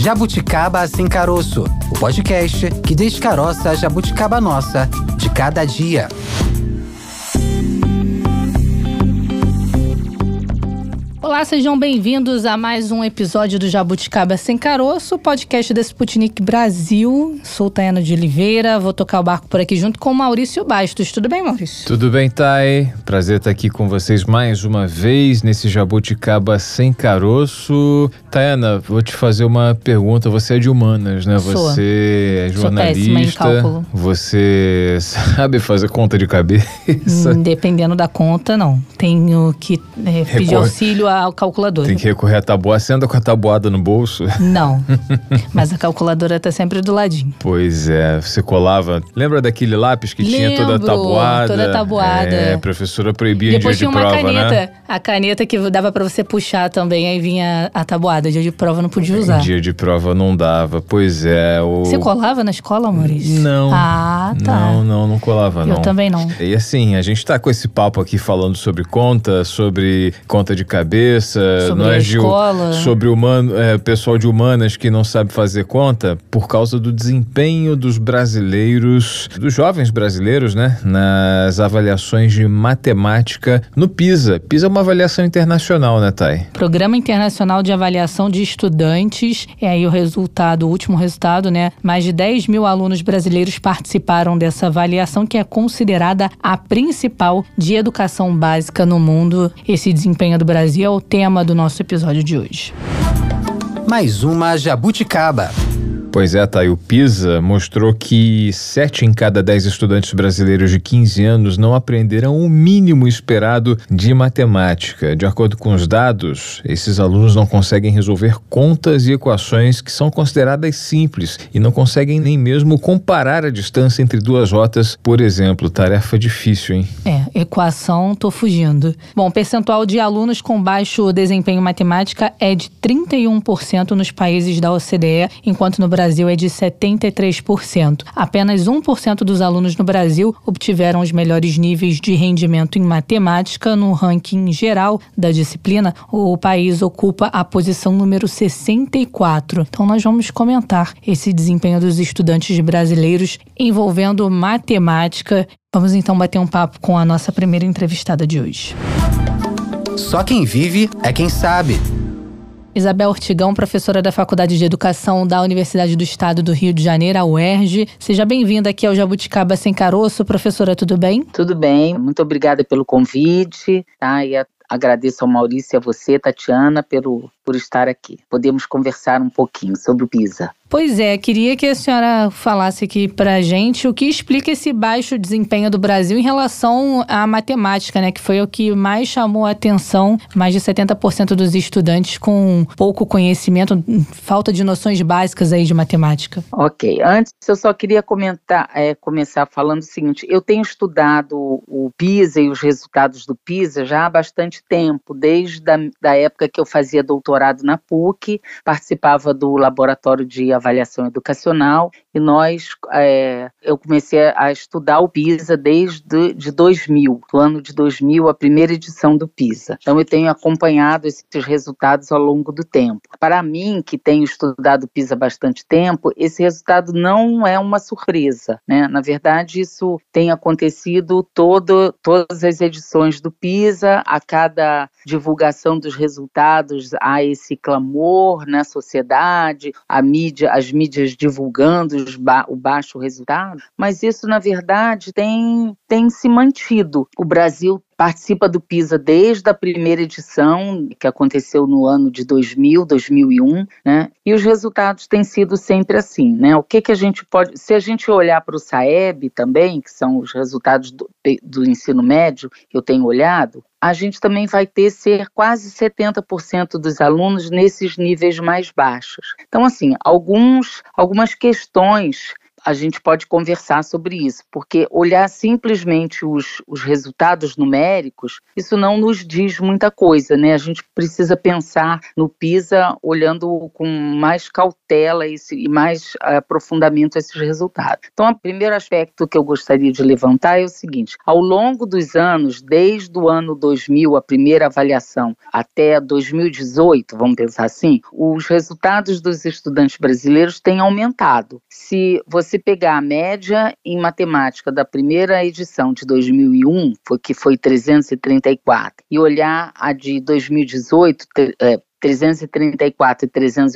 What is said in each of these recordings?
Jabuticaba Sem Caroço, o podcast que descaroça a jabuticaba nossa de cada dia. Olá, sejam bem-vindos a mais um episódio do Jabuticaba Sem Caroço, podcast da Sputnik Brasil. Sou Tayana de Oliveira, vou tocar o barco por aqui junto com o Maurício Bastos. Tudo bem, Maurício? Tudo bem, Thay. Prazer estar aqui com vocês mais uma vez nesse Jabuticaba Sem Caroço. Tayana, vou te fazer uma pergunta. Você é de humanas, né? Você é jornalista. Sou péssima em cálculo. Você sabe fazer conta de cabeça? Dependendo da conta, não. Tenho que pedir auxílio ao calculador. Tem que recorrer à tabuada. Você anda com a tabuada no bolso? Não, mas a calculadora tá sempre do ladinho. Pois é, você colava. Lembra daquele lápis que tinha toda a tabuada? Toda a tabuada. A professora proibia em dia depois de tinha prova, uma caneta, né? A caneta que dava pra você puxar também, aí vinha a tabuada. Dia de prova não podia usar. Dia de prova não dava, pois é. Você colava na escola, Maurício? Não. Ah, tá. Não colava, não. Eu também não. E assim, a gente tá com esse papo aqui falando sobre conta de cabeça, sobre a escola. Sobre pessoal de humanas que não sabe fazer conta por causa do desempenho dos brasileiros, dos jovens brasileiros, né? Nas avaliações de matemática no PISA. PISA é uma avaliação internacional, né, Thay? Programa Internacional de Avaliação de Estudantes. É aí o último resultado, né? Mais de 10 mil alunos brasileiros participaram dessa avaliação, que é considerada a principal de educação básica no mundo. Esse desempenho do Brasil é o tema do nosso episódio de hoje. Mais uma jabuticaba. Pois é, Thay, o PISA mostrou que 7 em cada 10 estudantes brasileiros de 15 anos não aprenderam o mínimo esperado de matemática. De acordo com os dados, esses alunos não conseguem resolver contas e equações que são consideradas simples e não conseguem nem mesmo comparar a distância entre duas rotas, por exemplo. Tarefa difícil, hein? Equação, tô fugindo. Bom, o percentual de alunos com baixo desempenho em matemática é de 31% nos países da OCDE, enquanto no Brasil é de 73%. Apenas 1% dos alunos no Brasil obtiveram os melhores níveis de rendimento em matemática. No ranking geral da disciplina, o país ocupa a posição número 64. Então nós vamos comentar esse desempenho dos estudantes brasileiros envolvendo matemática. Vamos então bater um papo com a nossa primeira entrevistada de hoje. Só quem vive é quem sabe. Isabel Ortigão, professora da Faculdade de Educação da Universidade do Estado do Rio de Janeiro, a UERJ. Seja bem-vinda aqui ao Jabuticaba Sem Caroço. Professora, tudo bem? Tudo bem, muito obrigada pelo convite, tá? E agradeço ao Maurício e a você, Tatiana, por estar aqui. Podemos conversar um pouquinho sobre o PISA. Pois é, queria que a senhora falasse aqui pra gente o que explica esse baixo desempenho do Brasil em relação à matemática, né? Que foi o que mais chamou a atenção. Mais de 70% dos estudantes com pouco conhecimento, falta de noções básicas aí de matemática. Ok, antes eu só queria começar falando o seguinte: eu tenho estudado o PISA e os resultados do PISA já há bastante tempo, desde a época que eu fazia doutorado na PUC, participava do laboratório de avaliação educacional e eu comecei a estudar o PISA desde 2000, do ano de 2000, a primeira edição do PISA. Então eu tenho acompanhado esses resultados ao longo do tempo. Para mim, que tenho estudado o PISA há bastante tempo, esse resultado não é uma surpresa, né? Na verdade, isso tem acontecido todas as edições do PISA. A cada divulgação dos resultados há esse clamor na sociedade, as mídias divulgando o baixo resultado, mas isso, na verdade, tem se mantido. O Brasil participa do PISA desde a primeira edição, que aconteceu no ano de 2000, 2001, né? E os resultados têm sido sempre assim, né? O que a gente pode... Se a gente olhar para o SAEB também, que são os resultados do ensino médio, que eu tenho olhado, a gente também vai ter quase 70% dos alunos nesses níveis mais baixos. Então, assim, algumas questões a gente pode conversar sobre isso, porque olhar simplesmente os resultados numéricos, isso não nos diz muita coisa, né? A gente precisa pensar no PISA olhando com mais cautela e mais aprofundamento esses resultados. Então, o primeiro aspecto que eu gostaria de levantar é o seguinte: ao longo dos anos, desde o ano 2000, a primeira avaliação, até 2018, vamos pensar assim, os resultados dos estudantes brasileiros têm aumentado. Se você pegar a média em matemática da primeira edição de 2001, que foi 334, e olhar a de 2018, 334 e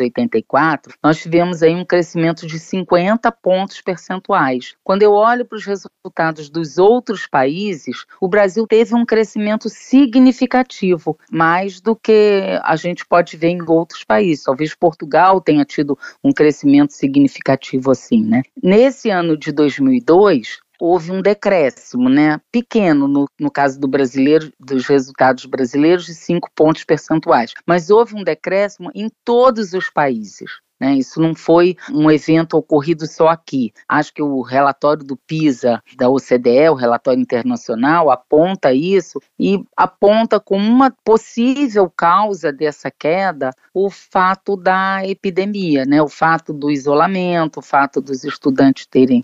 384, nós tivemos aí um crescimento de 50 pontos percentuais. Quando eu olho para os resultados dos outros países, o Brasil teve um crescimento significativo, mais do que a gente pode ver em outros países. Talvez Portugal tenha tido um crescimento significativo assim, né? Nesse ano de 2002, houve um decréscimo, né, pequeno no caso do brasileiro, dos resultados brasileiros, de 5 pontos percentuais. Mas houve um decréscimo em todos os países. Isso não foi um evento ocorrido só aqui. Acho que o relatório do PISA da OCDE, o relatório internacional, aponta isso e aponta como uma possível causa dessa queda o fato da epidemia, o fato do isolamento, o fato dos estudantes terem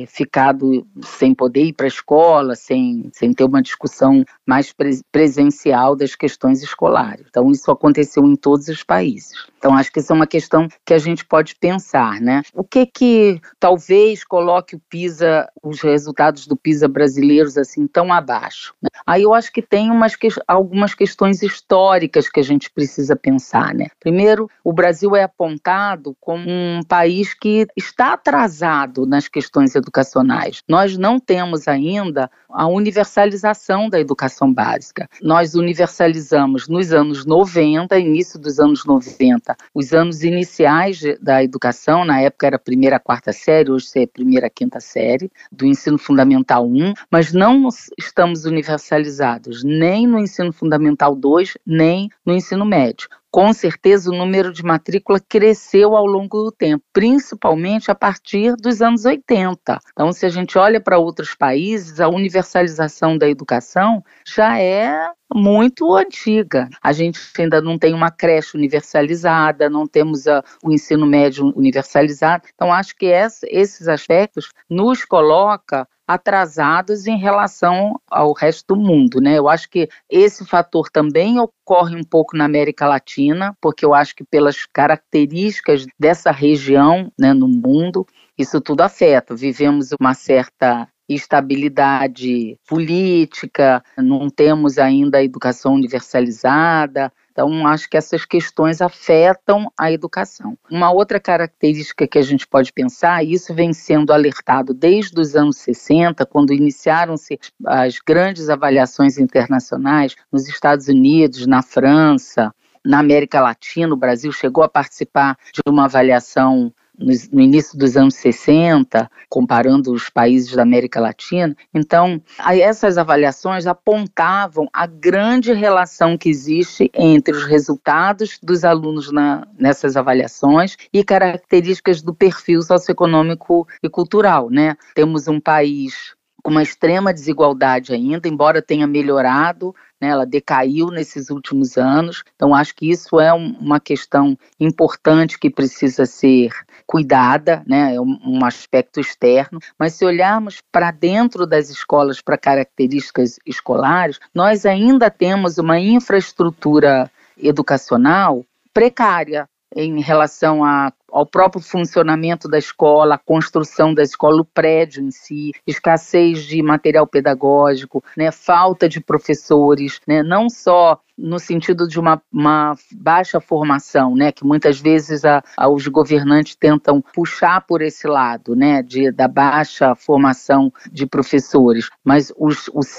ficado sem poder ir para a escola, sem ter uma discussão mais presencial das questões escolares. Então, isso aconteceu em todos os países. Então, acho que isso é uma questão que a gente pode pensar, O que talvez coloque o PISA, os resultados do PISA brasileiros assim tão abaixo? Aí eu acho que tem algumas questões históricas que a gente precisa pensar, Primeiro, o Brasil é apontado como um país que está atrasado nas questões educacionais. Nós não temos ainda a universalização da educação básica. Nós universalizamos nos anos 90, início dos anos 90, os anos iniciais da educação, na época era a primeira a quarta série, hoje é a primeira a quinta série, do ensino fundamental 1, mas não estamos universalizados nem no ensino fundamental 2, nem no ensino médio. Com certeza o número de matrícula cresceu ao longo do tempo, principalmente a partir dos anos 80. Então, se a gente olha para outros países, a universalização da educação já é muito antiga. A gente ainda não tem uma creche universalizada, não temos o ensino médio universalizado. Então, acho que esses aspectos nos colocam atrasados em relação ao resto do mundo, Eu acho que esse fator também ocorre um pouco na América Latina, porque eu acho que pelas características dessa região, no mundo, isso tudo afeta. Vivemos uma certa estabilidade política, não temos ainda a educação universalizada. Então, acho que essas questões afetam a educação. Uma outra característica que a gente pode pensar, e isso vem sendo alertado desde os anos 60, quando iniciaram-se as grandes avaliações internacionais nos Estados Unidos, na França, na América Latina. O Brasil chegou a participar de uma avaliação no início dos anos 60, comparando os países da América Latina. Então, essas avaliações apontavam a grande relação que existe entre os resultados dos alunos nessas avaliações e características do perfil socioeconômico e cultural, Temos um país com uma extrema desigualdade ainda, embora tenha melhorado, ela decaiu nesses últimos anos. Então, acho que isso é uma questão importante que precisa ser cuidada, é um aspecto externo. Mas se olharmos para dentro das escolas, para características escolares, nós ainda temos uma infraestrutura educacional precária em relação ao próprio funcionamento da escola, a construção da escola, o prédio em si, escassez de material pedagógico, falta de professores, não só no sentido de uma baixa formação, que muitas vezes os governantes tentam puxar por esse lado, da baixa formação de professores, mas o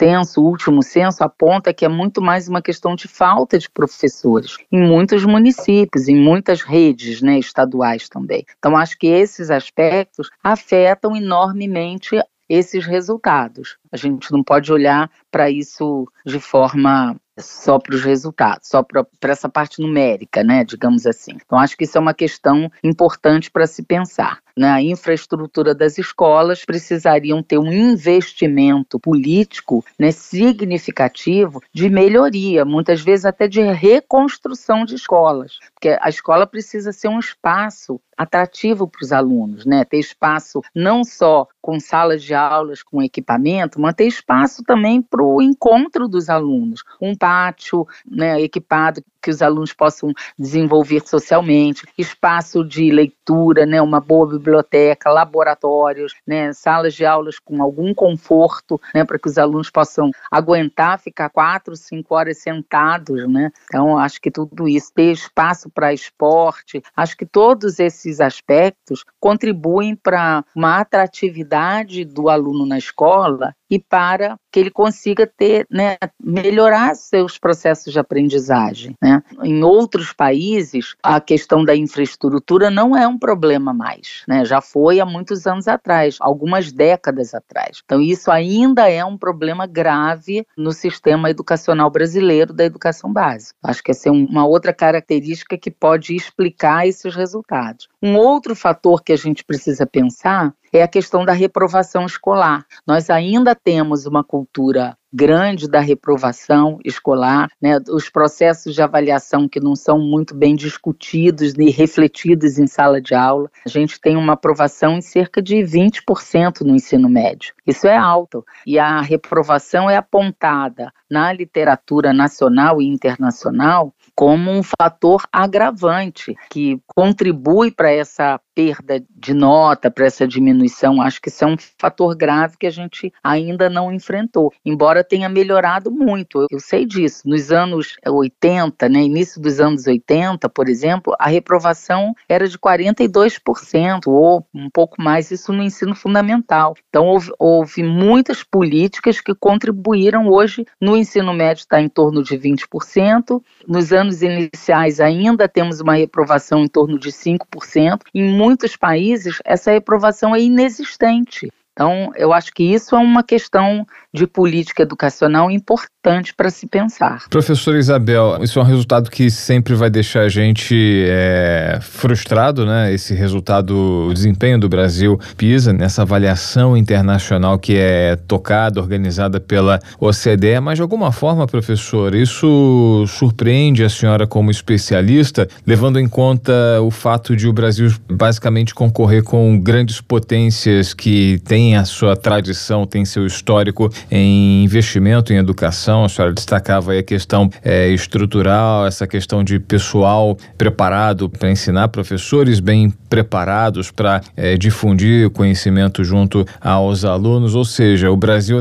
último censo aponta que é muito mais uma questão de falta de professores em muitos municípios, em muitas redes, estaduais também. Então, acho que esses aspectos afetam enormemente esses resultados. A gente não pode olhar para isso de forma só para os resultados, só para essa parte numérica, digamos assim. Então, acho que isso é uma questão importante para se pensar. na infraestrutura das escolas, precisariam ter um investimento político, né, significativo de melhoria, muitas vezes até de reconstrução de escolas, porque a escola precisa ser um espaço atrativo para os alunos, né? Ter espaço não só com salas de aulas, com equipamento, mas ter espaço também para o encontro dos alunos. Um pátio, né, equipado que os alunos possam desenvolver socialmente, espaço de leitura, né, uma boa biblioteca, laboratórios, né, salas de aulas com algum conforto, né, para que os alunos possam aguentar ficar 4, 5 horas sentados, né? Então, acho que tudo isso, ter espaço para esporte, acho que todos esses aspectos contribuem para uma atratividade do aluno na escola e para que ele consiga ter, né, melhorar seus processos de aprendizagem, né? Em outros países, a questão da infraestrutura não é um problema mais, né? Já foi há muitos anos atrás, algumas décadas atrás. Então, isso ainda é um problema grave no sistema educacional brasileiro da educação básica. Acho que essa é uma outra característica que pode explicar esses resultados. Um outro fator que a gente precisa pensar é a questão da reprovação escolar. Nós ainda temos uma cultura grande da reprovação escolar, né? Os processos de avaliação que não são muito bem discutidos e refletidos em sala de aula. A gente tem uma aprovação em cerca de 20% no ensino médio. Isso é alto. E a reprovação é apontada na literatura nacional e internacional como um fator agravante que contribui para essa perda de nota, para essa diminuição. Acho que isso é um fator grave que a gente ainda não enfrentou, embora tenha melhorado muito. Eu sei disso. Nos anos 80, né, início dos anos 80, por exemplo, a reprovação era de 42% ou um pouco mais, isso no ensino fundamental. Então houve muitas políticas que contribuíram. Hoje no ensino médio está em torno de 20%, nos anos iniciais ainda temos uma reprovação em torno de 5%, em muitos países essa reprovação é inexistente. Então, eu acho que isso é uma questão de política educacional importante para se pensar. Professora Isabel, isso é um resultado que sempre vai deixar a gente frustrado, né? Esse resultado, o desempenho do Brasil PISA, nessa avaliação internacional que é tocada, organizada pela OCDE, mas de alguma forma, professor, isso surpreende a senhora como especialista, levando em conta o fato de o Brasil basicamente concorrer com grandes potências que têm a sua tradição, tem seu histórico em investimento em educação. A senhora destacava aí a questão estrutural, essa questão de pessoal preparado para ensinar, professores bem preparados para difundir o conhecimento junto aos alunos, ou seja, o Brasil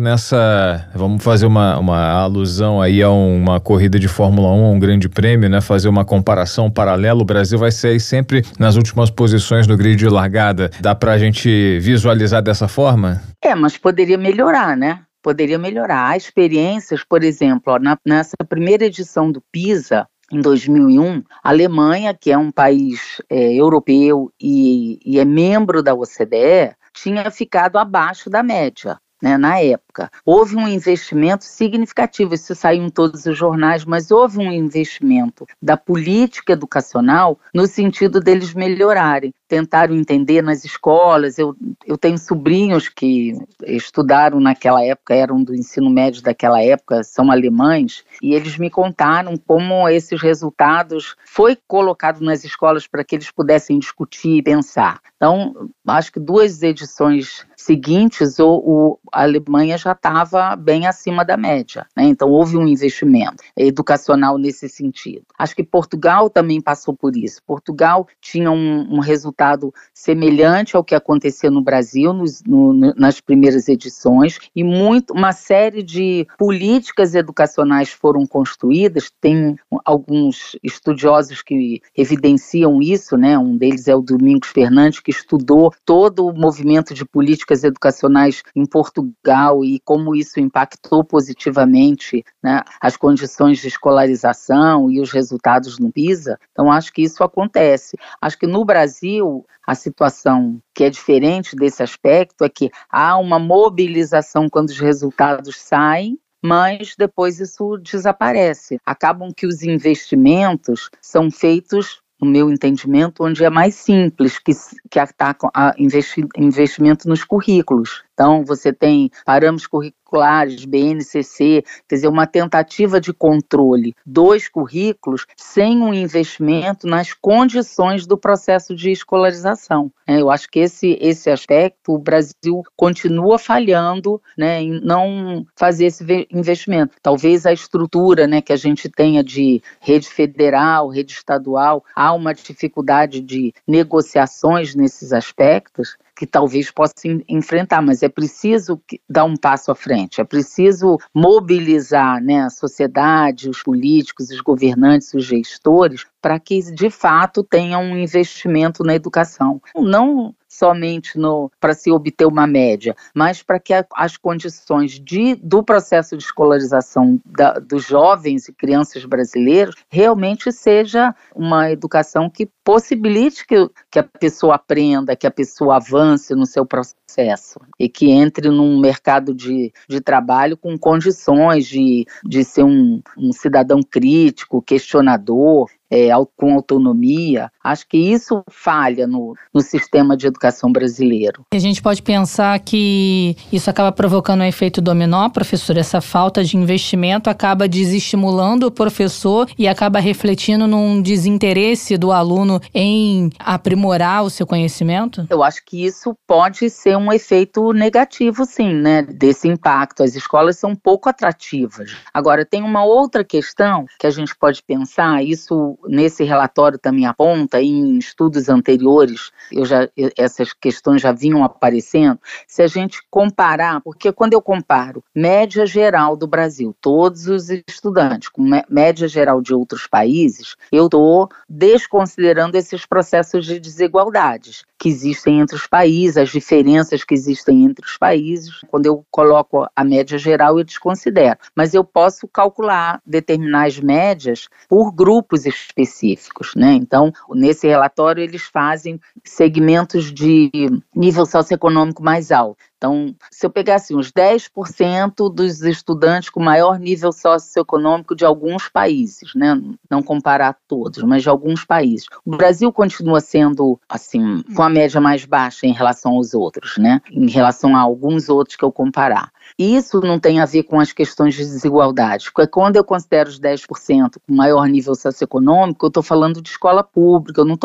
vamos fazer uma alusão aí a uma corrida de Fórmula 1, um grande prêmio, né? Fazer uma comparação paralela, o Brasil vai ser aí sempre nas últimas posições no grid de largada. Dá para a gente visualizar dessa forma? Mas poderia melhorar, né? Poderia melhorar. Há experiências, por exemplo, nessa primeira edição do PISA, em 2001, a Alemanha, que é um país europeu e é membro da OCDE, tinha ficado abaixo da média, né, na época. Houve um investimento significativo, isso saiu em todos os jornais, mas houve um investimento da política educacional no sentido deles melhorarem. Tentaram entender nas escolas. Eu tenho sobrinhos que estudaram naquela época, eram do ensino médio daquela época, são alemães, e eles me contaram como esses resultados foi colocado nas escolas para que eles pudessem discutir e pensar. Então, acho que 2 edições seguintes, a Alemanha já estava bem acima da média, né? Então houve um investimento educacional nesse sentido. Acho que Portugal também passou por isso. Portugal tinha um resultado semelhante ao que acontecia no Brasil nas primeiras edições, e uma série de políticas educacionais foram construídas. Tem alguns estudiosos que evidenciam isso, né? Um deles é o Domingos Fernandes, que estudou todo o movimento de políticas educacionais em Portugal e como isso impactou positivamente, né, as condições de escolarização e os resultados no PISA. Então, acho que isso acontece. Acho que no Brasil, a situação que é diferente desse aspecto é que há uma mobilização quando os resultados saem, mas depois isso desaparece. Acabam que os investimentos são feitos no meu entendimento, onde é mais simples, que ataca investimento nos currículos. Então, você tem parâmetros curriculares, BNCC, quer dizer, uma tentativa de controle dos currículos sem um investimento nas condições do processo de escolarização. Eu acho que esse aspecto o Brasil continua falhando, né, em não fazer esse investimento. Talvez a estrutura, né, que a gente tenha de rede federal, rede estadual, há uma dificuldade de negociações nesses aspectos que talvez possa enfrentar, mas é preciso dar um passo à frente, é preciso mobilizar, né, a sociedade, os políticos, os governantes, os gestores, para que de fato tenha um investimento na educação. Não somente para se obter uma média, mas para que as condições do processo de escolarização dos jovens e crianças brasileiros realmente seja uma educação que possibilite que a pessoa aprenda, que a pessoa avance no seu processo e que entre num mercado de trabalho com condições de ser um cidadão crítico, questionador, com autonomia. Acho que isso falha no sistema de educação brasileiro. A gente pode pensar que isso acaba provocando um efeito dominó, professor. Essa falta de investimento acaba desestimulando o professor e acaba refletindo num desinteresse do aluno em aprimorar o seu conhecimento? Eu acho que isso pode ser um efeito negativo, sim, né, desse impacto. As escolas são pouco atrativas. Agora, tem uma outra questão que a gente pode pensar, isso nesse relatório também aponta, em estudos anteriores, essas questões já vinham aparecendo, se a gente comparar, porque quando eu comparo média geral do Brasil, todos os estudantes, com média geral de outros países, eu estou desconsiderando esses processos de desigualdades que existem entre os países, as diferenças que existem entre os países. Quando eu coloco a média geral, eu desconsidero. Mas eu posso calcular, determinar as médias por grupos específicos, né? Então, nesse relatório, eles fazem segmentos de nível socioeconômico mais alto. Então, se eu pegar assim, os 10% dos estudantes com maior nível socioeconômico de alguns países, né? Não comparar todos, mas de alguns países. O Brasil continua sendo, assim, com a média mais baixa em relação aos outros, né? Em relação a alguns outros que eu comparar. E isso não tem a ver com as questões de desigualdade, porque quando eu considero os 10% com maior nível socioeconômico, eu estou falando de escola pública, eu não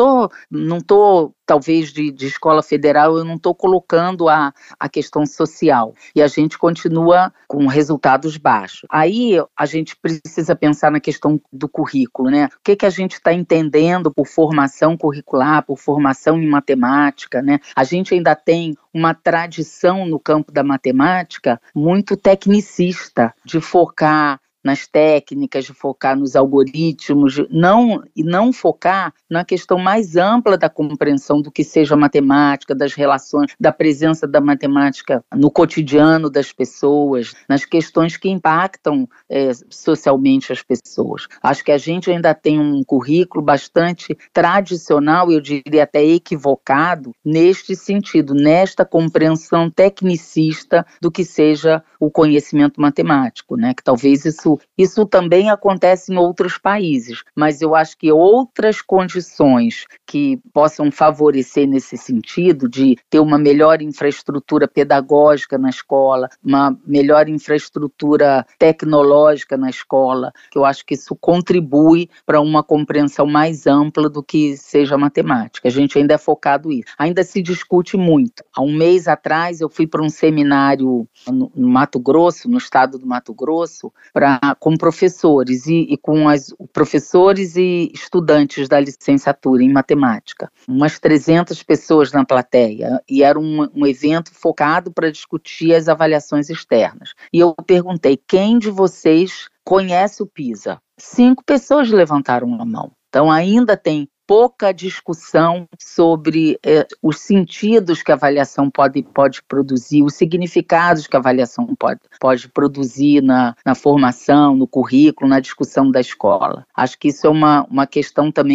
estou talvez de escola federal, eu não estou colocando a questão social. E a gente continua com resultados baixos. Aí a gente precisa pensar na questão do currículo, né? O que a gente está entendendo por formação curricular, por formação em matemática, né? A gente ainda tem uma tradição no campo da matemática muito tecnicista, de focar nas técnicas, de focar nos algoritmos, e não focar na questão mais ampla da compreensão do que seja matemática, das relações, da presença da matemática no cotidiano das pessoas, nas questões que impactam socialmente as pessoas. Acho que a gente ainda tem um currículo bastante tradicional, eu diria até equivocado, neste sentido, nesta compreensão tecnicista do que seja o conhecimento matemático, né? Que talvez isso também acontece em outros países, mas eu acho que outras condições que possam favorecer nesse sentido de ter uma melhor infraestrutura pedagógica na escola, uma melhor infraestrutura tecnológica na escola, que eu acho que isso contribui para uma compreensão mais ampla do que seja matemática. A gente ainda é focado nisso. Ainda se discute muito. Há um mês atrás eu fui para um seminário no Mato Grosso, no estado do Mato Grosso, com professores e com professores e estudantes da licenciatura em matemática. Umas 300 pessoas na plateia, e era um evento focado para discutir as avaliações externas. E eu perguntei, quem de vocês conhece o PISA? 5 pessoas levantaram a mão. Então ainda tem pouca discussão sobre os sentidos que a avaliação pode produzir, os significados que a avaliação pode produzir na formação, no currículo, na discussão da escola. Acho que isso é uma questão também que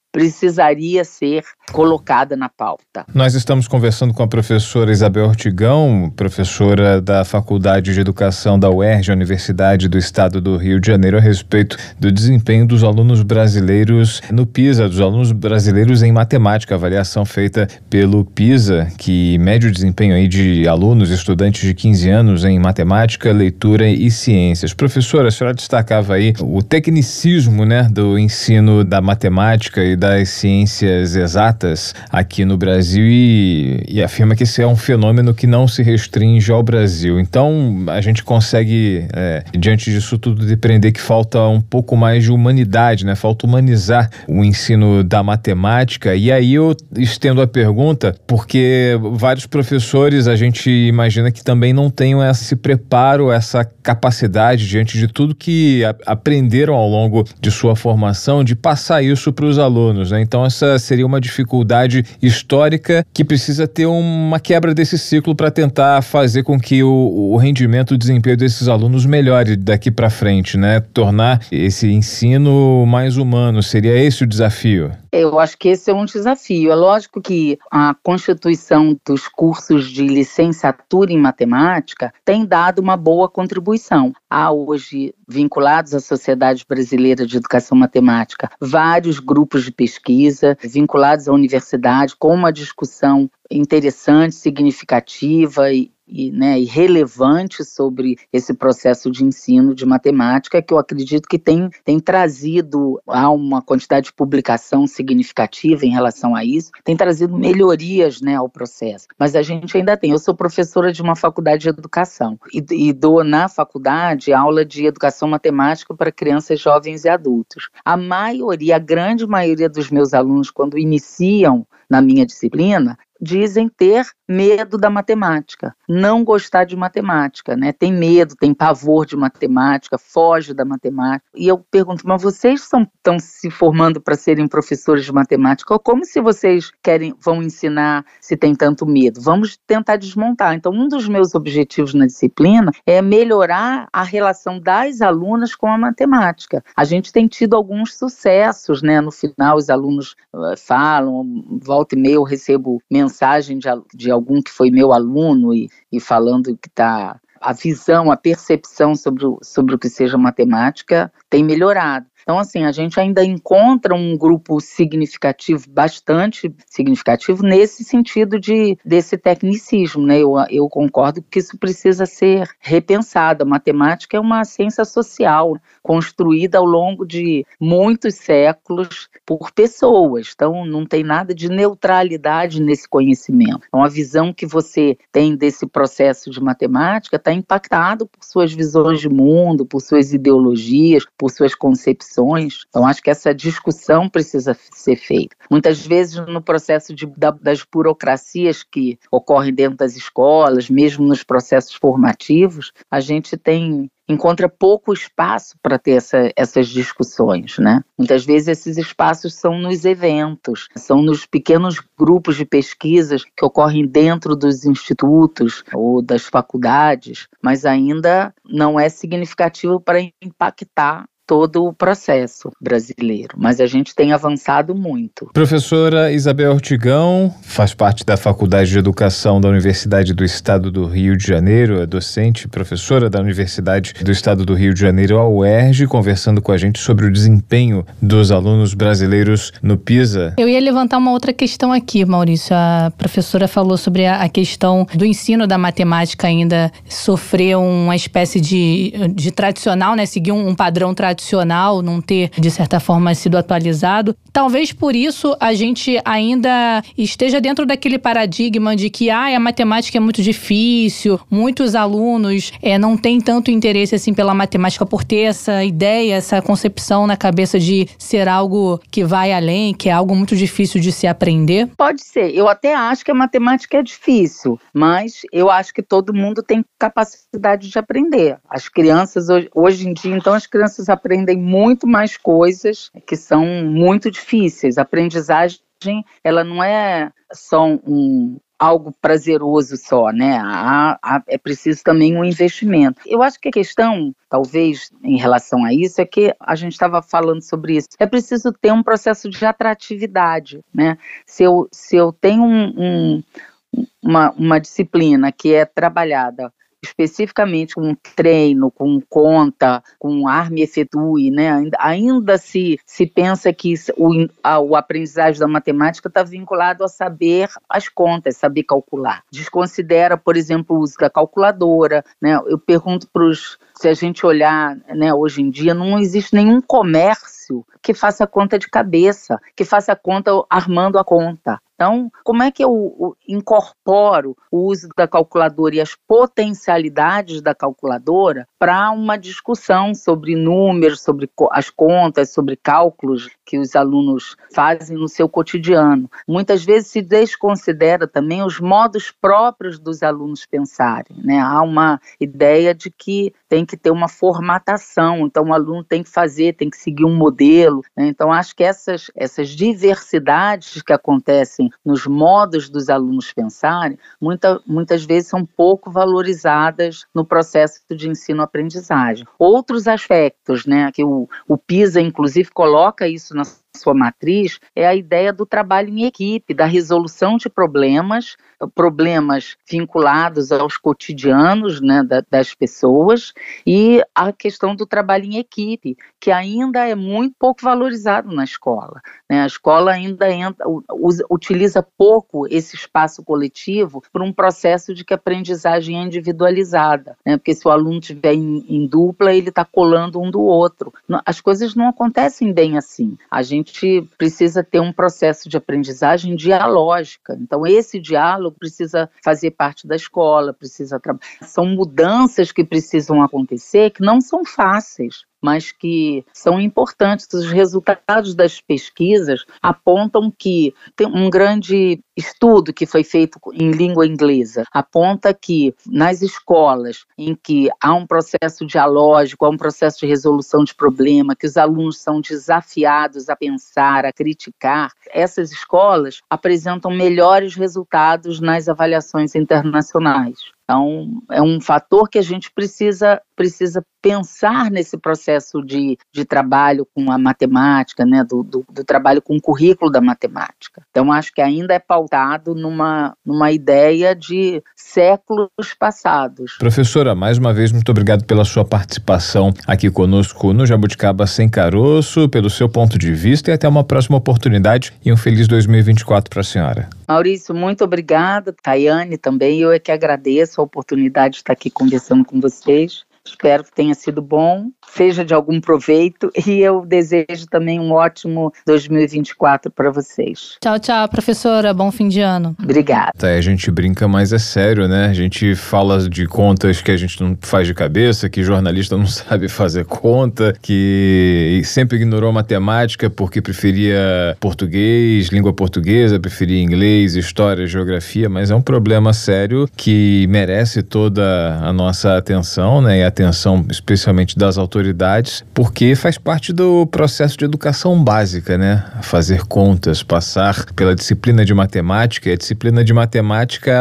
precisaria ser colocada na pauta. Nós estamos conversando com a professora Isabel Ortigão, professora da Faculdade de Educação da UERJ, Universidade do Estado do Rio de Janeiro, a respeito do desempenho dos alunos brasileiros no PISA, dos alunos brasileiros em matemática, avaliação feita pelo PISA, que mede o desempenho aí de alunos, estudantes de 15 anos em matemática, leitura e ciências. Professora, a senhora destacava aí o tecnicismo, né, do ensino da matemática e das ciências exatas aqui no Brasil e afirma que esse é um fenômeno que não se restringe ao Brasil. Então, a gente consegue, diante disso tudo, depreender que falta um pouco mais de humanidade, né? Falta humanizar o ensino da matemática. E aí eu estendo a pergunta, porque vários professores, a gente imagina que também não tenham esse preparo, essa capacidade, diante de tudo que aprenderam ao longo de sua formação, de passar isso para os alunos, né? Então essa seria uma dificuldade histórica que precisa ter uma quebra desse ciclo para tentar fazer com que o rendimento, o desempenho desses alunos melhore daqui para frente, né? Tornar esse ensino mais humano. Seria esse o desafio? Eu acho que esse é um desafio. É lógico que a constituição dos cursos de licenciatura em matemática tem dado uma boa contribuição. Há hoje, vinculados à Sociedade Brasileira de Educação Matemática, vários grupos de pesquisa vinculados à universidade com uma discussão interessante, significativa e relevante sobre esse processo de ensino de matemática, que eu acredito que tem trazido a uma quantidade de publicação significativa em relação a isso, tem trazido melhorias, né, ao processo. Mas a gente ainda tem. Eu sou professora de uma faculdade de educação e dou na faculdade aula de educação matemática para crianças, jovens e adultos. A grande maioria dos meus alunos, quando iniciam na minha disciplina, dizem ter medo da matemática, não gostar de matemática, né? Tem medo, tem pavor de matemática, foge da matemática. E eu pergunto, mas vocês estão se formando para serem professores de matemática? Ou como se vocês vão ensinar se tem tanto medo? Vamos tentar desmontar. Então, um dos meus objetivos na disciplina é melhorar a relação das alunas com a matemática. A gente tem tido alguns sucessos, né? No final, os alunos falam, volta e meia eu recebo mensagem de algum que foi meu aluno e falando que está a visão, a percepção sobre o que seja matemática tem melhorado. Então, assim, a gente ainda encontra um grupo significativo, bastante significativo, nesse sentido desse tecnicismo, né? Eu concordo que isso precisa ser repensado. A matemática é uma ciência social, construída ao longo de muitos séculos por pessoas. Então, não tem nada de neutralidade nesse conhecimento. Então, a visão que você tem desse processo de matemática está impactado por suas visões de mundo, por suas ideologias, por suas concepções. Então, acho que essa discussão precisa ser feita. Muitas vezes, no processo das burocracias que ocorrem dentro das escolas, mesmo nos processos formativos, a gente encontra pouco espaço para ter essas discussões, né? Muitas vezes esses espaços são nos eventos, são nos pequenos grupos de pesquisas que ocorrem dentro dos institutos ou das faculdades, mas ainda não é significativo para impactar todo o processo brasileiro, mas a gente tem avançado muito. Professora Isabel Ortigão faz parte da Faculdade de Educação da Universidade do Estado do Rio de Janeiro, é docente, professora da Universidade do Estado do Rio de Janeiro, a UERJ, conversando com a gente sobre o desempenho dos alunos brasileiros no PISA. Eu ia levantar uma outra questão aqui, Maurício. A professora falou sobre a questão do ensino da matemática ainda sofrer uma espécie de tradicional, né? Seguir um padrão tradicional, não ter, de certa forma, sido atualizado. Talvez por isso a gente ainda esteja dentro daquele paradigma de que a matemática é muito difícil, muitos alunos não têm tanto interesse assim pela matemática por ter essa ideia, essa concepção na cabeça de ser algo que vai além, que é algo muito difícil de se aprender. Pode ser. Eu até acho que a matemática é difícil, mas eu acho que todo mundo tem capacidade de aprender. As crianças, hoje em dia, então, as crianças aprendem muito mais coisas que são muito difíceis. A aprendizagem, ela não é só algo prazeroso só, né? É preciso também um investimento. Eu acho que a questão, talvez, em relação a isso, é que a gente estava falando sobre isso. É preciso ter um processo de atratividade, né? Se eu tenho uma disciplina que é trabalhada especificamente com treino, com conta, com arme efetue, né? Ainda se pensa que o aprendizagem da matemática está vinculado a saber as contas, saber calcular. Desconsidera, por exemplo, o uso da calculadora, né? Eu pergunto se a gente olhar, né, hoje em dia, não existe nenhum comércio que faça conta de cabeça, que faça conta armando a conta. Então, como é que eu incorporo o uso da calculadora e as potencialidades da calculadora para uma discussão sobre números, sobre as contas, sobre cálculos que os alunos fazem no seu cotidiano? Muitas vezes se desconsidera também os modos próprios dos alunos pensarem, né? Há uma ideia de que tem que ter uma formatação, então o aluno tem que seguir um modelo, né? Então acho que essas diversidades que acontecem nos modos dos alunos pensarem, muitas vezes são pouco valorizadas no processo de ensino-aprendizagem. Outros aspectos, né, que o PISA inclusive coloca isso na sua matriz, é a ideia do trabalho em equipe, da resolução de problemas vinculados aos cotidianos, né, das pessoas, e a questão do trabalho em equipe, que ainda é muito pouco valorizado na escola, né? A escola ainda utiliza pouco esse espaço coletivo para um processo de que a aprendizagem é individualizada, né? Porque se o aluno estiver em dupla, ele está colando um do outro. As coisas não acontecem bem assim. A gente precisa ter um processo de aprendizagem dialógica. Então, esse diálogo precisa fazer parte da escola, são mudanças que precisam acontecer, que não são fáceis, mas que são importantes. Os resultados das pesquisas apontam que tem um grande estudo que foi feito em língua inglesa, aponta que nas escolas em que há um processo dialógico, há um processo de resolução de problema, que os alunos são desafiados a pensar, a criticar, essas escolas apresentam melhores resultados nas avaliações internacionais. Então, é um fator que a gente precisa pensar nesse processo de trabalho com a matemática, né, do trabalho com o currículo da matemática. Então, acho que ainda é pautado numa ideia de séculos passados. Professora, mais uma vez, muito obrigado pela sua participação aqui conosco no Jabuticaba Sem Caroço, pelo seu ponto de vista, e até uma próxima oportunidade e um feliz 2024 para a senhora. Maurício, muito obrigada. Tayane também, eu é que agradeço a oportunidade de estar aqui conversando com vocês. Espero que tenha sido bom, seja de algum proveito, e eu desejo também um ótimo 2024 para vocês. Tchau, tchau, professora. Bom fim de ano. Obrigada. A gente brinca, mas é sério, né? A gente fala de contas que a gente não faz de cabeça, que jornalista não sabe fazer conta, que sempre ignorou matemática porque preferia português, língua portuguesa, preferia inglês, história, geografia, mas é um problema sério que merece toda a nossa atenção, né? E a atenção especialmente das autoridades, porque faz parte do processo de educação básica, né? Fazer contas, passar pela disciplina de matemática, e a disciplina de matemática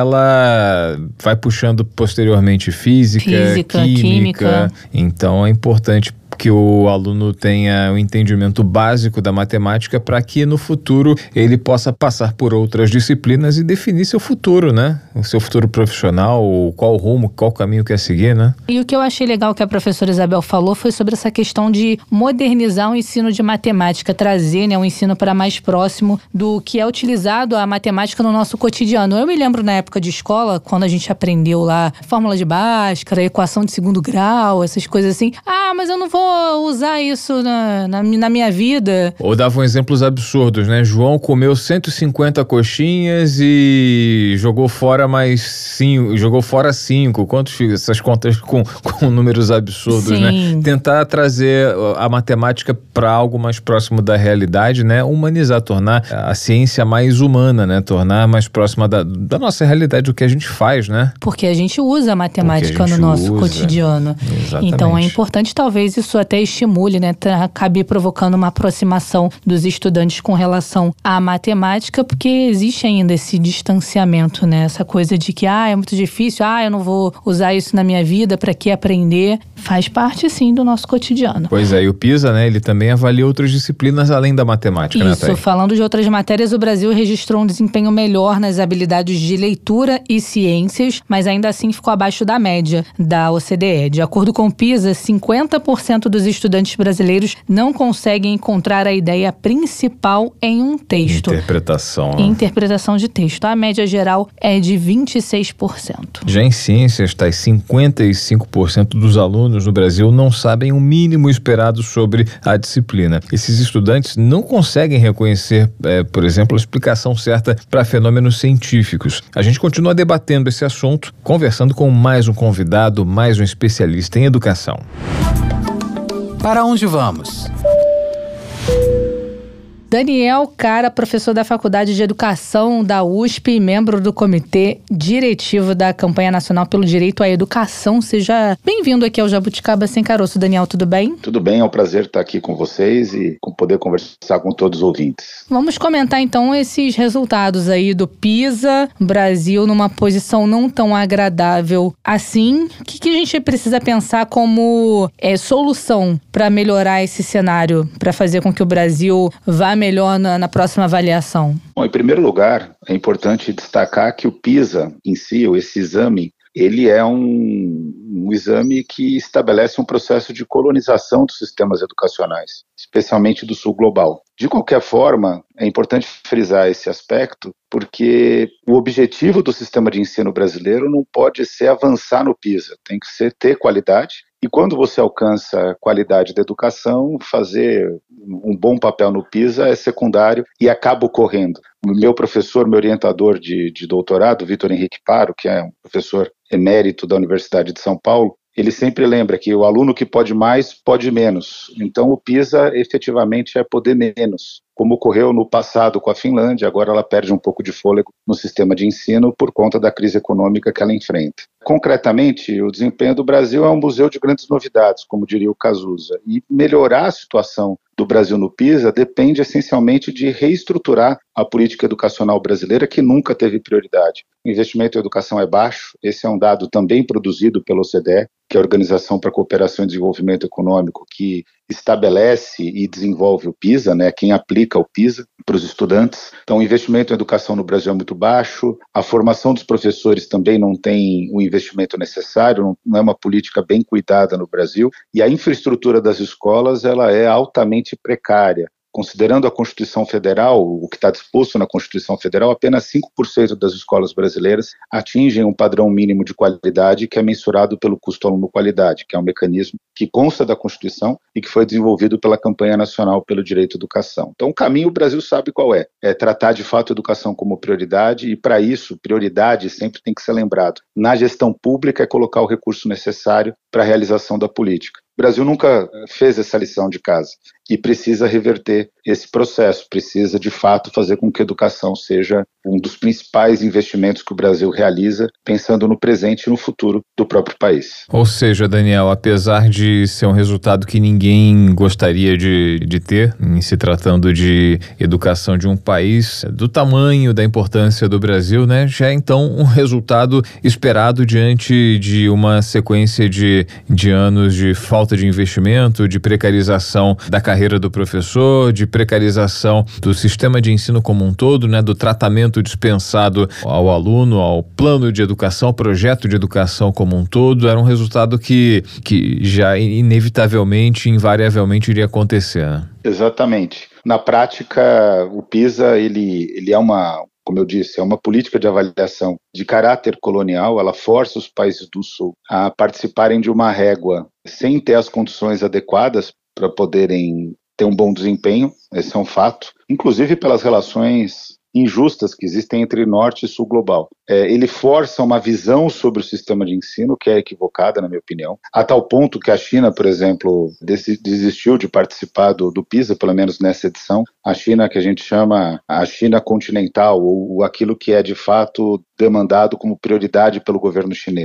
ela vai puxando posteriormente física, química. Então é importante que o aluno tenha o entendimento básico da matemática para que no futuro ele possa passar por outras disciplinas e definir seu futuro, né? O seu futuro profissional, qual rumo, qual caminho quer seguir, né? E o que eu achei legal que a professora Isabel falou foi sobre essa questão de modernizar o ensino de matemática, trazer, né, um ensino para mais próximo do que é utilizado a matemática no nosso cotidiano. Eu me lembro na época de escola, quando a gente aprendeu lá fórmula de Bhaskara, equação de segundo grau, essas coisas assim. Ah, mas eu não vou usar isso na minha vida. Ou davam exemplos absurdos, né? João comeu 150 coxinhas e jogou fora mais 5, jogou fora 5. Quantos filhos? Essas contas com números absurdos, sim, né? Tentar trazer a matemática para algo mais próximo da realidade, né? Humanizar, tornar a ciência mais humana, né? Tornar mais próxima da nossa realidade, o que a gente faz, né? Porque a gente usa a matemática no nosso cotidiano. Exatamente. Então é importante talvez isso até estimule, né? Acabe provocando uma aproximação dos estudantes com relação à matemática, porque existe ainda esse distanciamento, né? Essa coisa de que, é muito difícil, eu não vou usar isso na minha vida, para que aprender? Faz parte, sim, do nosso cotidiano. Pois é, e o PISA, né, ele também avalia outras disciplinas além da matemática, né, Thay? Isso, falando de outras matérias, o Brasil registrou um desempenho melhor nas habilidades de leitura e ciências, mas ainda assim ficou abaixo da média da OCDE. De acordo com o PISA, 50% dos estudantes brasileiros não conseguem encontrar a ideia principal em um texto. Interpretação. Interpretação de texto. A média geral é de 26%. Já em ciências, 55% dos alunos no Brasil não sabem o mínimo esperado sobre a disciplina. Esses estudantes não conseguem reconhecer, por exemplo, a explicação certa para fenômenos científicos. A gente continua debatendo esse assunto, conversando com mais um convidado, mais um especialista em educação. Para onde vamos? Daniel Cara, professor da Faculdade de Educação da USP e membro do Comitê Diretivo da Campanha Nacional pelo Direito à Educação. Seja bem-vindo aqui ao Jabuticaba Sem Caroço. Daniel, tudo bem? Tudo bem, é um prazer estar aqui com vocês e poder conversar com todos os ouvintes. Vamos comentar então esses resultados aí do PISA, Brasil numa posição não tão agradável assim. O que a gente precisa pensar como solução para melhorar esse cenário, para fazer com que o Brasil vá melhor na próxima avaliação? Bom, em primeiro lugar, é importante destacar que o PISA em si, ou esse exame, ele é um exame que estabelece um processo de colonização dos sistemas educacionais, especialmente do sul global. De qualquer forma, é importante frisar esse aspecto, porque o objetivo do sistema de ensino brasileiro não pode ser avançar no PISA, tem que ser ter qualidade. E quando você alcança a qualidade da educação, fazer um bom papel no PISA é secundário e acaba ocorrendo. O meu professor, meu orientador de doutorado, Vitor Henrique Paro, que é um professor emérito da Universidade de São Paulo, ele sempre lembra que o aluno que pode mais, pode menos. Então o PISA efetivamente é poder menos, como ocorreu no passado com a Finlândia, agora ela perde um pouco de fôlego no sistema de ensino por conta da crise econômica que ela enfrenta. Concretamente, o desempenho do Brasil é um museu de grandes novidades, como diria o Cazuza, e melhorar a situação do Brasil no PISA depende essencialmente de reestruturar a política educacional brasileira, que nunca teve prioridade. O investimento em educação é baixo, esse é um dado também produzido pela OCDE, que é a Organização para a Cooperação e Desenvolvimento Econômico, que estabelece e desenvolve o PISA, né, quem aplica o PISA para os estudantes. Então, o investimento em educação no Brasil é muito baixo, a formação dos professores também não tem o investimento necessário, não é uma política bem cuidada no Brasil, e a infraestrutura das escolas ela é altamente precária. Considerando a Constituição Federal, o que está disposto na Constituição Federal, apenas 5% das escolas brasileiras atingem um padrão mínimo de qualidade que é mensurado pelo custo aluno-qualidade, que é um mecanismo que consta da Constituição e que foi desenvolvido pela Campanha Nacional pelo Direito à Educação. Então, o caminho o Brasil sabe qual é tratar de fato a educação como prioridade e, para isso, prioridade sempre tem que ser lembrado. Na gestão pública é colocar o recurso necessário para a realização da política. O Brasil nunca fez essa lição de casa e precisa reverter esse processo, precisa de fato fazer com que a educação seja um dos principais investimentos que o Brasil realiza, pensando no presente e no futuro do próprio país. Ou seja, Daniel, apesar de ser um resultado que ninguém gostaria de ter, em se tratando de educação de um país do tamanho, da importância do Brasil, né, já é então um resultado esperado diante de uma sequência de anos de falta de investimento, de precarização da carreira do professor, de precarização do sistema de ensino como um todo, né, do tratamento dispensado ao aluno, ao plano de educação, ao projeto de educação como um todo. Era um resultado que já inevitavelmente, invariavelmente iria acontecer, né? Exatamente. Na prática, o PISA, ele é uma, como eu disse, é uma política de avaliação de caráter colonial. Ela força os países do Sul a participarem de uma régua sem ter as condições adequadas para poderem ter um bom desempenho, esse é um fato, inclusive pelas relações injustas que existem entre Norte e Sul global. Ele força uma visão sobre o sistema de ensino que é equivocada, na minha opinião, a tal ponto que a China, por exemplo, desistiu de participar do PISA, pelo menos nessa edição. A China que a gente chama a China continental, ou aquilo que é de fato demandado como prioridade pelo governo chinês,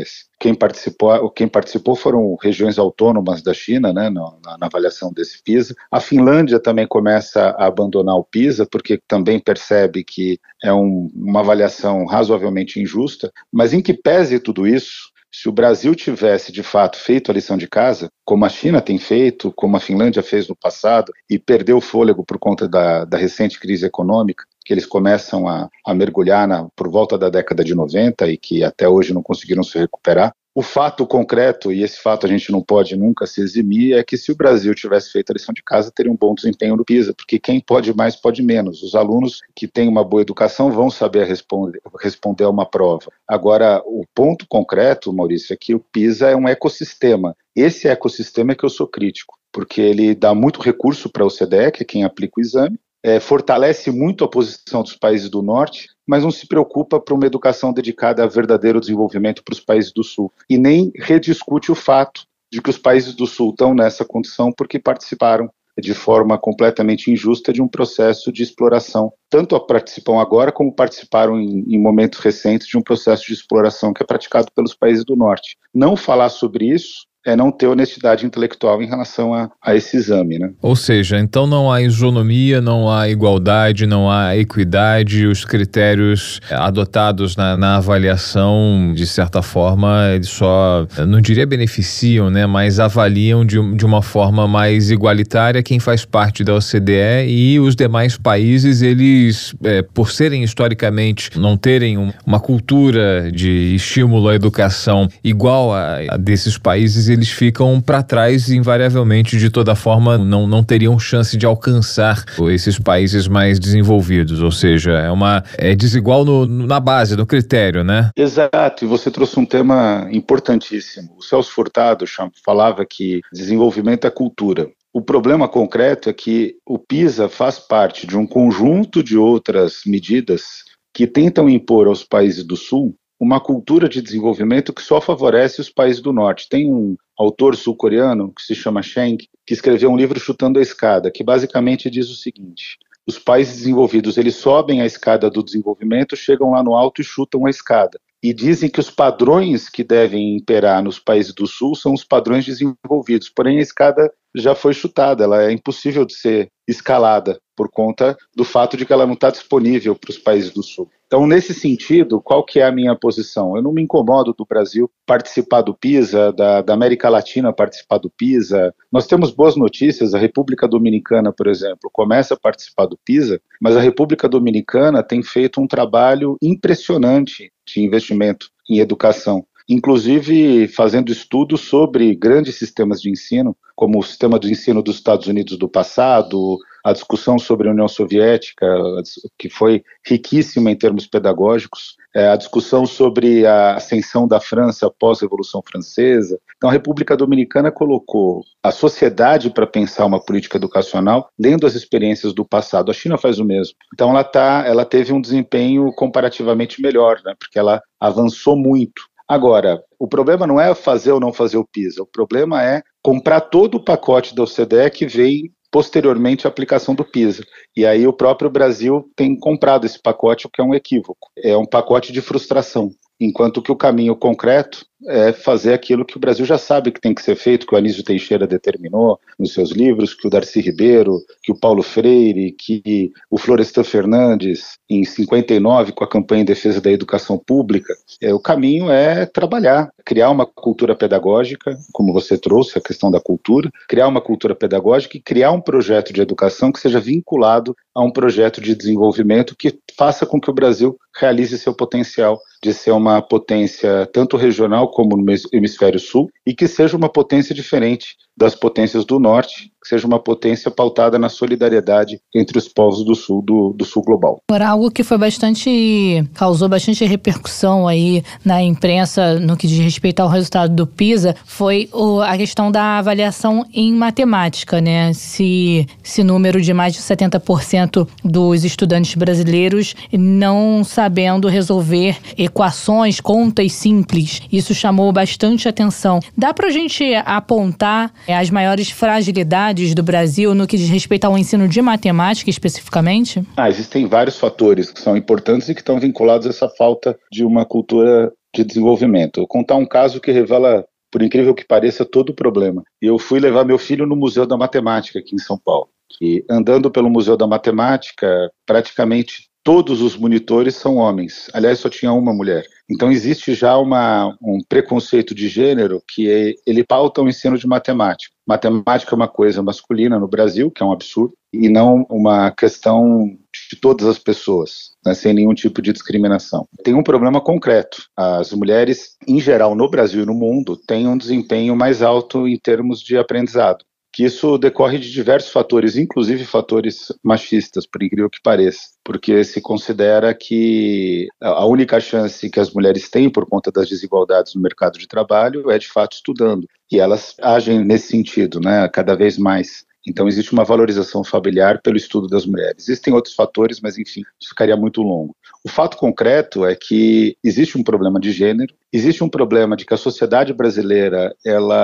quem participou foram regiões autônomas da China, né, na avaliação desse PISA. A Finlândia também começa a abandonar o PISA, porque também percebe que é uma avaliação razoavelmente injusta, mas em que pese tudo isso, se o Brasil tivesse, de fato, feito a lição de casa, como a China tem feito, como a Finlândia fez no passado, e perdeu o fôlego por conta da recente crise econômica, que eles começam a mergulhar por volta da década de 90 e que até hoje não conseguiram se recuperar, o fato concreto, e esse fato a gente não pode nunca se eximir, é que se o Brasil tivesse feito a lição de casa, teria um bom desempenho no PISA, porque quem pode mais, pode menos. Os alunos que têm uma boa educação vão saber responder a uma prova. Agora, o ponto concreto, Maurício, é que o PISA é um ecossistema. Esse ecossistema é que eu sou crítico, porque ele dá muito recurso para a OCDE, que é quem aplica o exame, fortalece muito a posição dos países do Norte, mas não se preocupa para uma educação dedicada a verdadeiro desenvolvimento para os países do Sul. E nem rediscute o fato de que os países do Sul estão nessa condição porque participaram de forma completamente injusta de um processo de exploração. Tanto participam agora como participaram em momentos recentes de um processo de exploração que é praticado pelos países do Norte. Não falar sobre isso é não ter honestidade intelectual em relação a esse exame, né? Ou seja, então não há isonomia, não há igualdade, não há equidade, os critérios adotados na avaliação, de certa forma, eles só, não diria beneficiam, né, mas avaliam de uma forma mais igualitária quem faz parte da OCDE, e os demais países, eles, por serem historicamente, não terem uma cultura de estímulo à educação igual a desses países, eles ficam para trás invariavelmente, de toda forma não teriam chance de alcançar esses países mais desenvolvidos, ou seja, é desigual na base, no critério, né? Exato, e você trouxe um tema importantíssimo. O Celso Furtado falava que desenvolvimento é cultura. O problema concreto é que o PISA faz parte de um conjunto de outras medidas que tentam impor aos países do Sul uma cultura de desenvolvimento que só favorece os países do Norte. Tem um autor sul-coreano que se chama Cheng, que escreveu um livro Chutando a Escada, que basicamente diz o seguinte: os países desenvolvidos, eles sobem a escada do desenvolvimento, chegam lá no alto e chutam a escada. E dizem que os padrões que devem imperar nos países do Sul são os padrões desenvolvidos, porém a escada já foi chutada, ela é impossível de ser escalada por conta do fato de que ela não está disponível para os países do Sul. Então, nesse sentido, qual que é a minha posição? Eu não me incomodo do Brasil participar do PISA, da América Latina participar do PISA. Nós temos boas notícias, a República Dominicana, por exemplo, começa a participar do PISA, mas a República Dominicana tem feito um trabalho impressionante de investimento em educação, inclusive fazendo estudos sobre grandes sistemas de ensino, como o sistema de ensino dos Estados Unidos do passado, a discussão sobre a União Soviética, que foi riquíssima em termos pedagógicos, a discussão sobre a ascensão da França após a Revolução Francesa. Então, a República Dominicana colocou a sociedade para pensar uma política educacional lendo as experiências do passado. A China faz o mesmo. Então, ela teve um desempenho comparativamente melhor, né, porque ela avançou muito. Agora, o problema não é fazer ou não fazer o PISA, o problema é comprar todo o pacote da OCDE que veio posteriormente à aplicação do PISA. E aí o próprio Brasil tem comprado esse pacote, o que é um equívoco. É um pacote de frustração, enquanto que o caminho concreto é fazer aquilo que o Brasil já sabe que tem que ser feito, que o Anísio Teixeira determinou nos seus livros, que o Darcy Ribeiro, que o Paulo Freire, que o Florestan Fernandes, em 59, com a campanha em defesa da educação pública. O caminho é trabalhar, criar uma cultura pedagógica, como você trouxe, a questão da cultura, criar uma cultura pedagógica e criar um projeto de educação que seja vinculado a um projeto de desenvolvimento que faça com que o Brasil realize seu potencial de ser uma potência tanto regional como no hemisfério sul, e que seja uma potência diferente das potências do norte, que seja uma potência pautada na solidariedade entre os povos do sul global. Agora, algo que causou bastante repercussão aí na imprensa no que diz respeito ao resultado do PISA foi a questão da avaliação em matemática, né? Esse número de mais de 70% dos estudantes brasileiros não sabendo resolver equações, contas simples. Isso chamou bastante atenção. Dá pra gente apontar as maiores fragilidades do Brasil no que diz respeito ao ensino de matemática especificamente? Existem vários fatores que são importantes e que estão vinculados a essa falta de uma cultura de desenvolvimento. Eu vou contar um caso que revela, por incrível que pareça, todo o problema. Eu fui levar meu filho no Museu da Matemática aqui em São Paulo. E andando pelo Museu da Matemática, praticamente todos os monitores são homens. Aliás, só tinha uma mulher. Então existe já um preconceito de gênero que ele pauta o ensino de matemática. Matemática é uma coisa masculina no Brasil, que é um absurdo, e não uma questão de todas as pessoas, né, sem nenhum tipo de discriminação. Tem um problema concreto. As mulheres, em geral, no Brasil e no mundo, têm um desempenho mais alto em termos de aprendizado. Que isso decorre de diversos fatores, inclusive fatores machistas, por incrível que pareça, porque se considera que a única chance que as mulheres têm por conta das desigualdades no mercado de trabalho é de fato estudando, e elas agem nesse sentido, né, cada vez mais. Então existe uma valorização familiar pelo estudo das mulheres. Existem outros fatores, mas enfim, isso ficaria muito longo. O fato concreto é que existe um problema de gênero, existe um problema de que a sociedade brasileira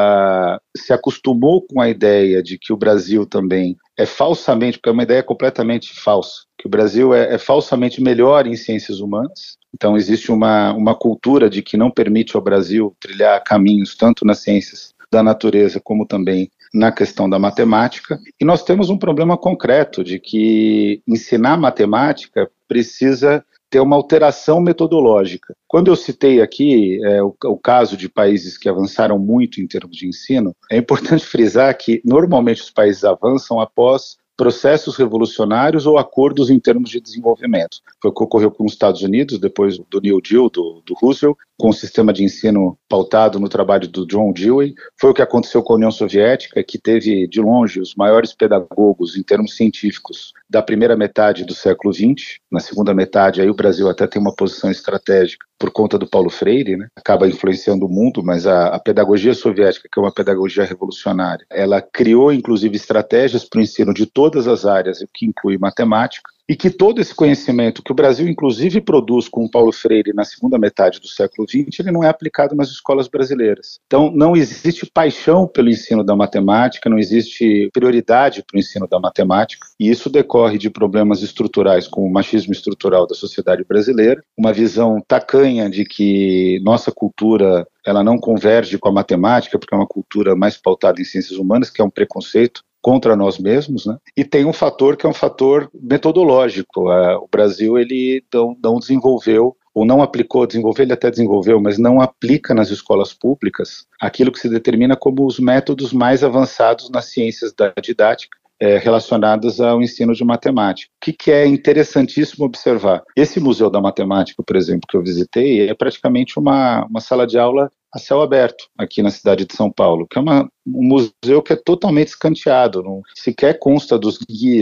ela se acostumou com a ideia de que o Brasil também é falsamente, porque é uma ideia completamente falsa, que o Brasil é falsamente melhor em ciências humanas. Então existe uma cultura de que não permite ao Brasil trilhar caminhos tanto nas ciências da natureza como também na questão da matemática, e nós temos um problema concreto de que ensinar matemática precisa ter uma alteração metodológica. Quando eu citei aqui o caso de países que avançaram muito em termos de ensino, é importante frisar que normalmente os países avançam após processos revolucionários ou acordos em termos de desenvolvimento. Foi o que ocorreu com os Estados Unidos, depois do New Deal, do Roosevelt, com o sistema de ensino pautado no trabalho do John Dewey. Foi o que aconteceu com a União Soviética, que teve, de longe, os maiores pedagogos em termos científicos da primeira metade do século XX. Na segunda metade, aí o Brasil até tem uma posição estratégica por conta do Paulo Freire, né? Acaba influenciando o mundo, mas a pedagogia soviética, que é uma pedagogia revolucionária, ela criou, inclusive, estratégias para o ensino de todas as áreas, o que inclui matemática, e que todo esse conhecimento que o Brasil, inclusive, produz com o Paulo Freire na segunda metade do século XX, ele não é aplicado nas escolas brasileiras. Então, não existe paixão pelo ensino da matemática, não existe prioridade para o ensino da matemática, e isso decorre de problemas estruturais, como o machismo estrutural da sociedade brasileira, uma visão tacanha de que nossa cultura ela não converge com a matemática, porque é uma cultura mais pautada em ciências humanas, que é um preconceito contra nós mesmos, né? E tem um fator que é um fator metodológico. O Brasil ele não desenvolveu, ou não aplicou, ele até desenvolveu, mas não aplica nas escolas públicas aquilo que se determina como os métodos mais avançados nas ciências da didática, relacionadas ao ensino de matemática. O que é interessantíssimo observar? Esse Museu da Matemática, por exemplo, que eu visitei, é praticamente uma sala de aula a céu aberto aqui na cidade de São Paulo, que é um museu que é totalmente escanteado, não sequer consta dos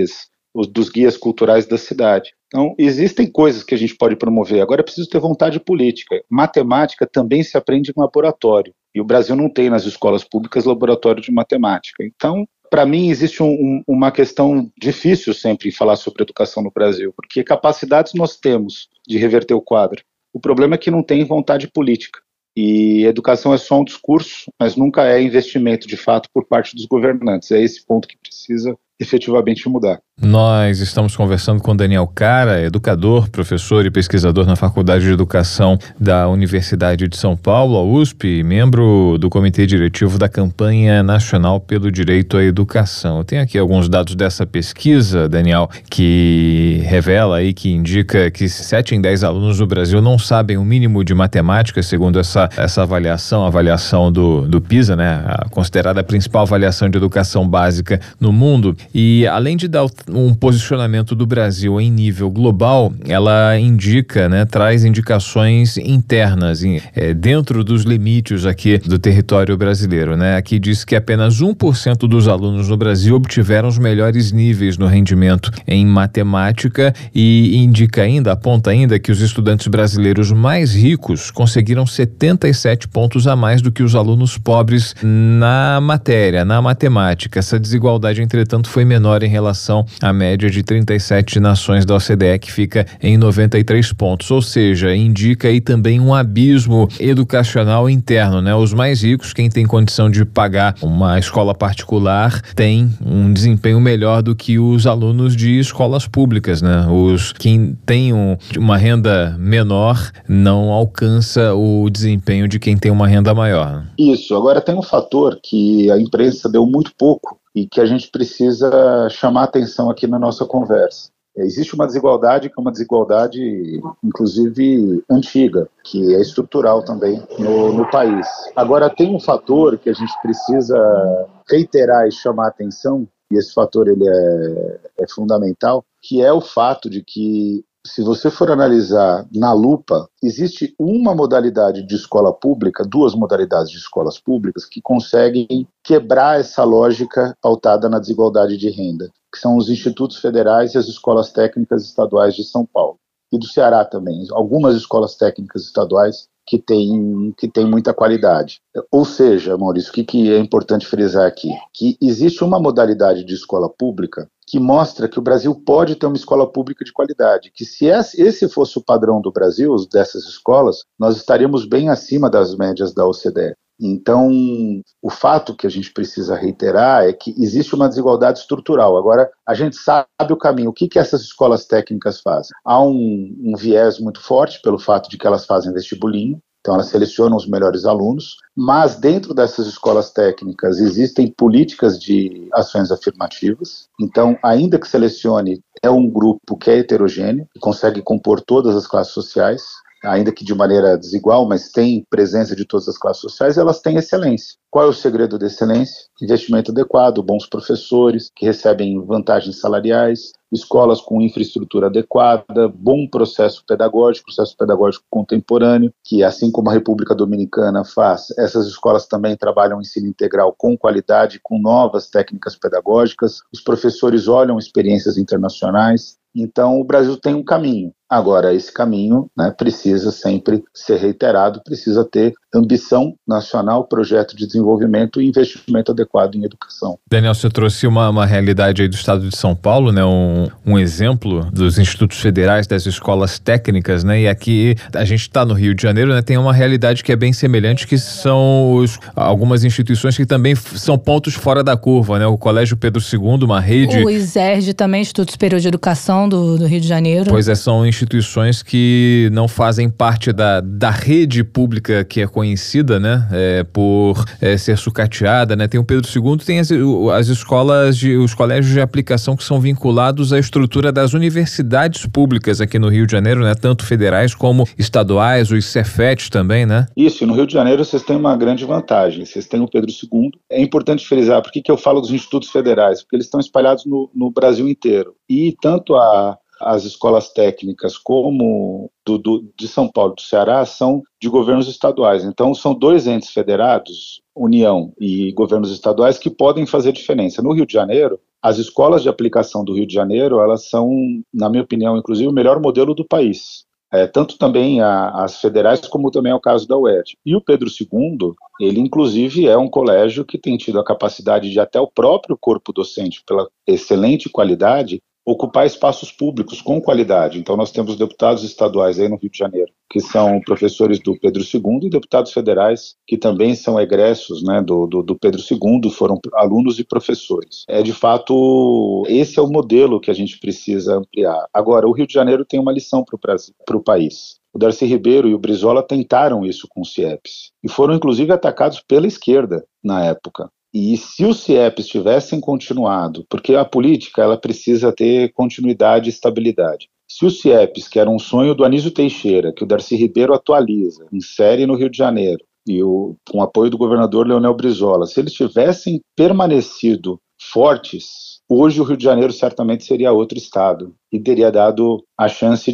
guias culturais da cidade. Então, existem coisas que a gente pode promover, agora é preciso ter vontade política. Matemática também se aprende em laboratório, e o Brasil não tem nas escolas públicas laboratório de matemática. Então, para mim, existe uma questão difícil sempre em falar sobre educação no Brasil, porque capacidades nós temos de reverter o quadro. O problema é que não tem vontade política. E educação é só um discurso, mas nunca é investimento de fato por parte dos governantes. É esse ponto que precisa efetivamente mudar. Nós estamos conversando com Daniel Cara, educador, professor e pesquisador na Faculdade de Educação da Universidade de São Paulo, a USP, e membro do Comitê Diretivo da Campanha Nacional pelo Direito à Educação. Eu tenho aqui alguns dados dessa pesquisa, Daniel, que revela aí, que indica que 7 em 10 alunos do Brasil não sabem o mínimo de matemática, segundo essa avaliação, a avaliação do PISA, né, considerada a principal avaliação de educação básica no mundo. E além de dar um posicionamento do Brasil em nível global, ela indica, né, traz indicações internas dentro dos limites aqui do território brasileiro, né? Aqui diz que apenas 1% dos alunos no Brasil obtiveram os melhores níveis no rendimento em matemática e aponta ainda que os estudantes brasileiros mais ricos conseguiram 77 pontos a mais do que os alunos pobres na matéria, na matemática. Essa desigualdade, entretanto, foi menor em relação a média de 37 nações da OCDE, que fica em 93 pontos, ou seja, indica aí também um abismo educacional interno, né? Os mais ricos, quem tem condição de pagar uma escola particular, tem um desempenho melhor do que os alunos de escolas públicas, né? Quem tem uma renda menor não alcança o desempenho de quem tem uma renda maior. Isso. Agora tem um fator que a imprensa deu muito pouco e que a gente precisa chamar atenção aqui na nossa conversa. Existe uma desigualdade que é uma desigualdade, inclusive, antiga, que é estrutural também no país. Agora, tem um fator que a gente precisa reiterar e chamar atenção, e esse fator ele é fundamental, que é o fato de que, se você for analisar na lupa, existe uma modalidade de escola pública, duas modalidades de escolas públicas que conseguem quebrar essa lógica pautada na desigualdade de renda, que são os institutos federais e as escolas técnicas estaduais de São Paulo. E do Ceará também, algumas escolas técnicas estaduais que têm muita qualidade. Ou seja, Maurício, o que é importante frisar aqui? Que existe uma modalidade de escola pública que mostra que o Brasil pode ter uma escola pública de qualidade, que se esse fosse o padrão do Brasil, dessas escolas, nós estaríamos bem acima das médias da OCDE. Então, o fato que a gente precisa reiterar é que existe uma desigualdade estrutural. Agora, a gente sabe o caminho. O que essas escolas técnicas fazem? Há um viés muito forte pelo fato de que elas fazem vestibulinho, então elas selecionam os melhores alunos, mas dentro dessas escolas técnicas existem políticas de ações afirmativas. Então, ainda que selecione, é um grupo que é heterogêneo, que consegue compor todas as classes sociais, ainda que de maneira desigual, mas tem presença de todas as classes sociais, elas têm excelência. Qual é o segredo da excelência? Investimento adequado, bons professores que recebem vantagens salariais, escolas com infraestrutura adequada, bom processo pedagógico contemporâneo, que assim como a República Dominicana faz, essas escolas também trabalham ensino integral com qualidade, com novas técnicas pedagógicas, os professores olham experiências internacionais. Então, o Brasil tem um caminho. Agora, esse caminho, né, precisa sempre ser reiterado, precisa ter ambição nacional, projeto de desenvolvimento e investimento adequado em educação. Daniel, você trouxe uma realidade aí do estado de São Paulo, né, um exemplo dos institutos federais, das escolas técnicas, né, e aqui a gente está no Rio de Janeiro, né, tem uma realidade que é bem semelhante, que são algumas instituições que também são pontos fora da curva, né, o Colégio Pedro II, uma rede... O ISERJ também, Instituto Superior de Educação do Rio de Janeiro. Pois é, são instituições que não fazem parte da rede pública que é conhecida, né, por ser sucateada, né, tem o Pedro II, tem as escolas, os colégios de aplicação que são vinculados à estrutura das universidades públicas aqui no Rio de Janeiro, né, tanto federais como estaduais, os Cefetes também, né? Isso, no Rio de Janeiro vocês têm uma grande vantagem, vocês têm o Pedro II. É importante frisar, por que eu falo dos institutos federais? Porque eles estão espalhados no Brasil inteiro, e tanto as escolas técnicas como de São Paulo e do Ceará são de governos estaduais. Então, são dois entes federados, União e governos estaduais, que podem fazer diferença. No Rio de Janeiro, as escolas de aplicação do Rio de Janeiro, elas são, na minha opinião, inclusive, o melhor modelo do país. Tanto também as federais, como também é o caso da UERJ. E o Pedro II, ele inclusive é um colégio que tem tido a capacidade de até o próprio corpo docente, pela excelente qualidade, ocupar espaços públicos com qualidade. Então nós temos deputados estaduais aí no Rio de Janeiro, que são professores do Pedro II, e deputados federais que também são egressos, né, do Pedro II, foram alunos e professores. De fato, esse é o modelo que a gente precisa ampliar. Agora, o Rio de Janeiro tem uma lição para o país. O Darcy Ribeiro e o Brizola tentaram isso com os CIEPs, e foram inclusive atacados pela esquerda na época. E se os CIEPs tivessem continuado, porque a política ela precisa ter continuidade e estabilidade. Se os CIEPs, que era um sonho do Anísio Teixeira, que o Darcy Ribeiro atualiza, insere no Rio de Janeiro, e com apoio do governador Leonel Brizola, se eles tivessem permanecido fortes, hoje o Rio de Janeiro certamente seria outro estado e teria dado a chance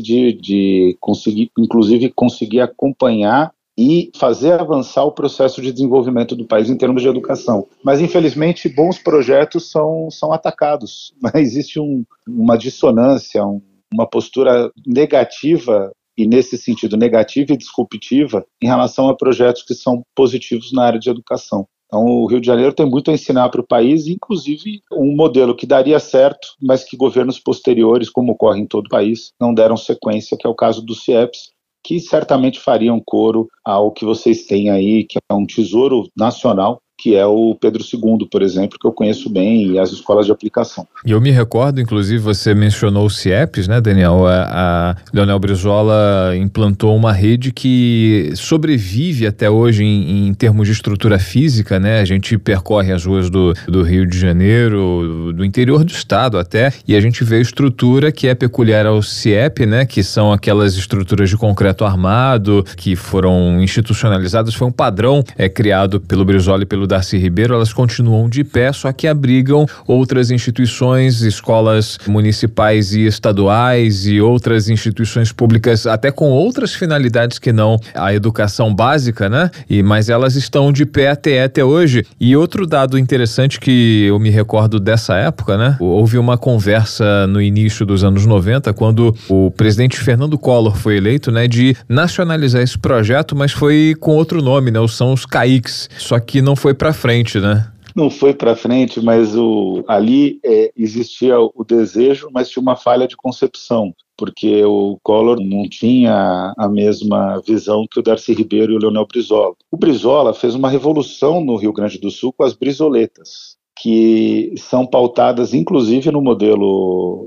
de conseguir, inclusive, conseguir acompanhar e fazer avançar o processo de desenvolvimento do país em termos de educação. Mas, infelizmente, bons projetos são atacados. Existe uma dissonância, uma postura negativa, e nesse sentido negativa e disruptiva, em relação a projetos que são positivos na área de educação. Então, o Rio de Janeiro tem muito a ensinar para o país, inclusive um modelo que daria certo, mas que governos posteriores, como ocorre em todo o país, não deram sequência, que é o caso dos CIEPs, que certamente fariam coro ao que vocês têm aí, que é um tesouro nacional, que é o Pedro II, por exemplo, que eu conheço bem, e as escolas de aplicação. E eu me recordo, inclusive, você mencionou o CIEPs, né, Daniel? A Leonel Brizola implantou uma rede que sobrevive até hoje em termos de estrutura física, né? A gente percorre as ruas do Rio de Janeiro, do interior do estado até, e a gente vê a estrutura que é peculiar ao CIEP, né? Que são aquelas estruturas de concreto armado que foram institucionalizadas, foi um padrão criado pelo Brizola e pelo Darcy Ribeiro. Elas continuam de pé, só que abrigam outras instituições, escolas municipais e estaduais e outras instituições públicas, até com outras finalidades que não a educação básica, né? Mas elas estão de pé até hoje. E outro dado interessante que eu me recordo dessa época, né? Houve uma conversa no início dos anos 90, quando o presidente Fernando Collor foi eleito, né? De nacionalizar esse projeto, mas foi com outro nome, né? São os CAICs. Só que não foi para frente, né? Não foi para frente, mas ali existia o desejo, mas tinha uma falha de concepção, porque o Collor não tinha a mesma visão que o Darcy Ribeiro e o Leonel Brizola. O Brizola fez uma revolução no Rio Grande do Sul com as brizoletas, que são pautadas inclusive no modelo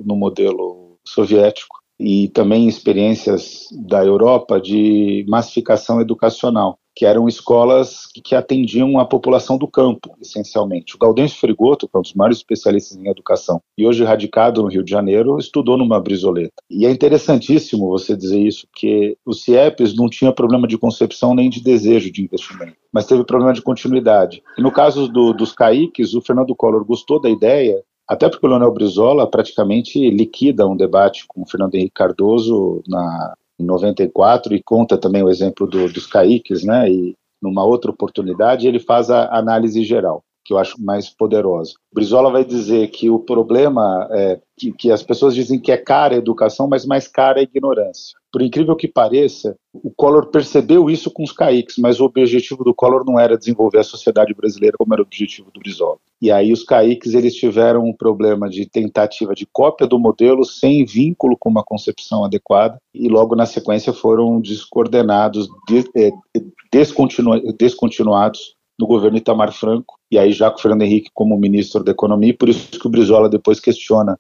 soviético e também em experiências da Europa de massificação educacional, que eram escolas que atendiam a população do campo, essencialmente. O Gaudêncio Frigoto, que é um dos maiores especialistas em educação, e hoje radicado no Rio de Janeiro, estudou numa brizoleta. E é interessantíssimo você dizer isso, porque o CIEPs não tinha problema de concepção nem de desejo de investimento, mas teve problema de continuidade. E no caso dos CAICs, o Fernando Collor gostou da ideia, até porque o Leonel Brizola praticamente liquida um debate com o Fernando Henrique Cardoso em 94, e conta também o exemplo dos CAICs, né? E numa outra oportunidade ele faz a análise geral, que eu acho mais poderosa. O Brizola vai dizer que o problema é que as pessoas dizem que é cara a educação, mas mais cara a ignorância. Por incrível que pareça, o Collor percebeu isso com os CAICs, mas o objetivo do Collor não era desenvolver a sociedade brasileira como era o objetivo do Brizola. E aí os CAICs eles tiveram um problema de tentativa de cópia do modelo sem vínculo com uma concepção adequada, e logo na sequência foram descoordenados, descontinuados no governo Itamar Franco, e aí já com o Fernando Henrique como ministro da Economia, por isso que o Brizola depois questiona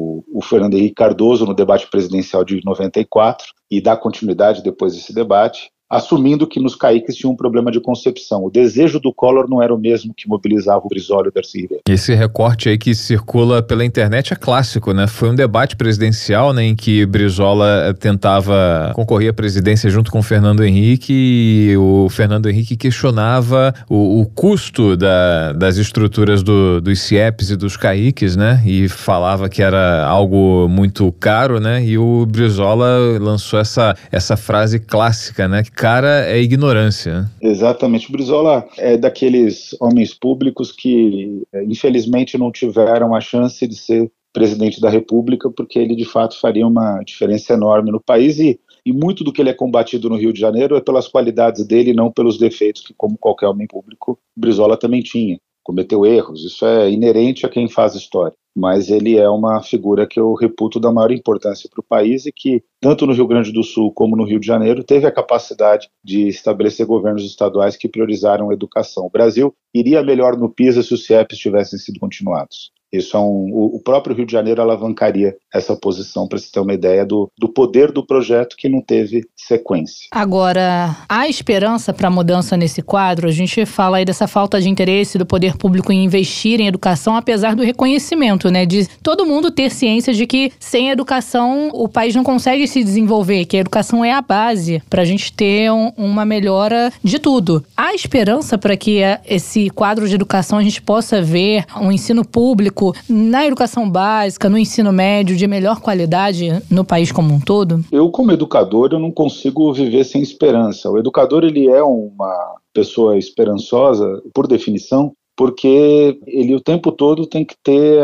o Fernando Henrique Cardoso no debate presidencial de 94, e dá continuidade depois desse debate, assumindo que nos CAICs tinha um problema de concepção. O desejo do Collor não era o mesmo que mobilizava o Brizola e o Darcy Ribeiro. Esse recorte aí que circula pela internet é clássico, né? Foi um debate presidencial, né, em que Brizola tentava concorrer à presidência junto com o Fernando Henrique, e o Fernando Henrique questionava o custo das estruturas dos CIEPs e dos CAICs, né? E falava que era algo muito caro, né? E o Brizola lançou essa frase clássica, né? Cara é ignorância. Exatamente. O Brizola é daqueles homens públicos que, infelizmente, não tiveram a chance de ser presidente da República, porque ele, de fato, faria uma diferença enorme no país, e muito do que ele é combatido no Rio de Janeiro é pelas qualidades dele e não pelos defeitos que, como qualquer homem público, Brizola também tinha. Cometeu erros, isso é inerente a quem faz história. Mas ele é uma figura que eu reputo da maior importância para o país, e que, tanto no Rio Grande do Sul como no Rio de Janeiro, teve a capacidade de estabelecer governos estaduais que priorizaram a educação. O Brasil iria melhor no PISA se os CIEPs tivessem sido continuados. Isso o próprio Rio de Janeiro alavancaria essa posição, para se ter uma ideia do poder do projeto, que não teve sequência. Agora, há esperança para mudança nesse quadro? A gente fala aí dessa falta de interesse do poder público em investir em educação, apesar do reconhecimento, né, de todo mundo ter ciência de que sem educação o país não consegue se desenvolver, que a educação é a base para a gente ter uma melhora de tudo. Há esperança para que esse quadro de educação a gente possa ver um ensino público na educação básica, no ensino médio, de melhor qualidade no país como um todo? Eu, como educador, eu não consigo viver sem esperança. O educador, ele é uma pessoa esperançosa, por definição, porque ele o tempo todo tem que ter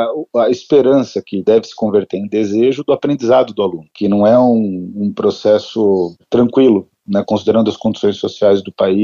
a esperança, que deve se converter em desejo, do aprendizado do aluno, que não é um processo tranquilo, né, considerando as condições sociais do país.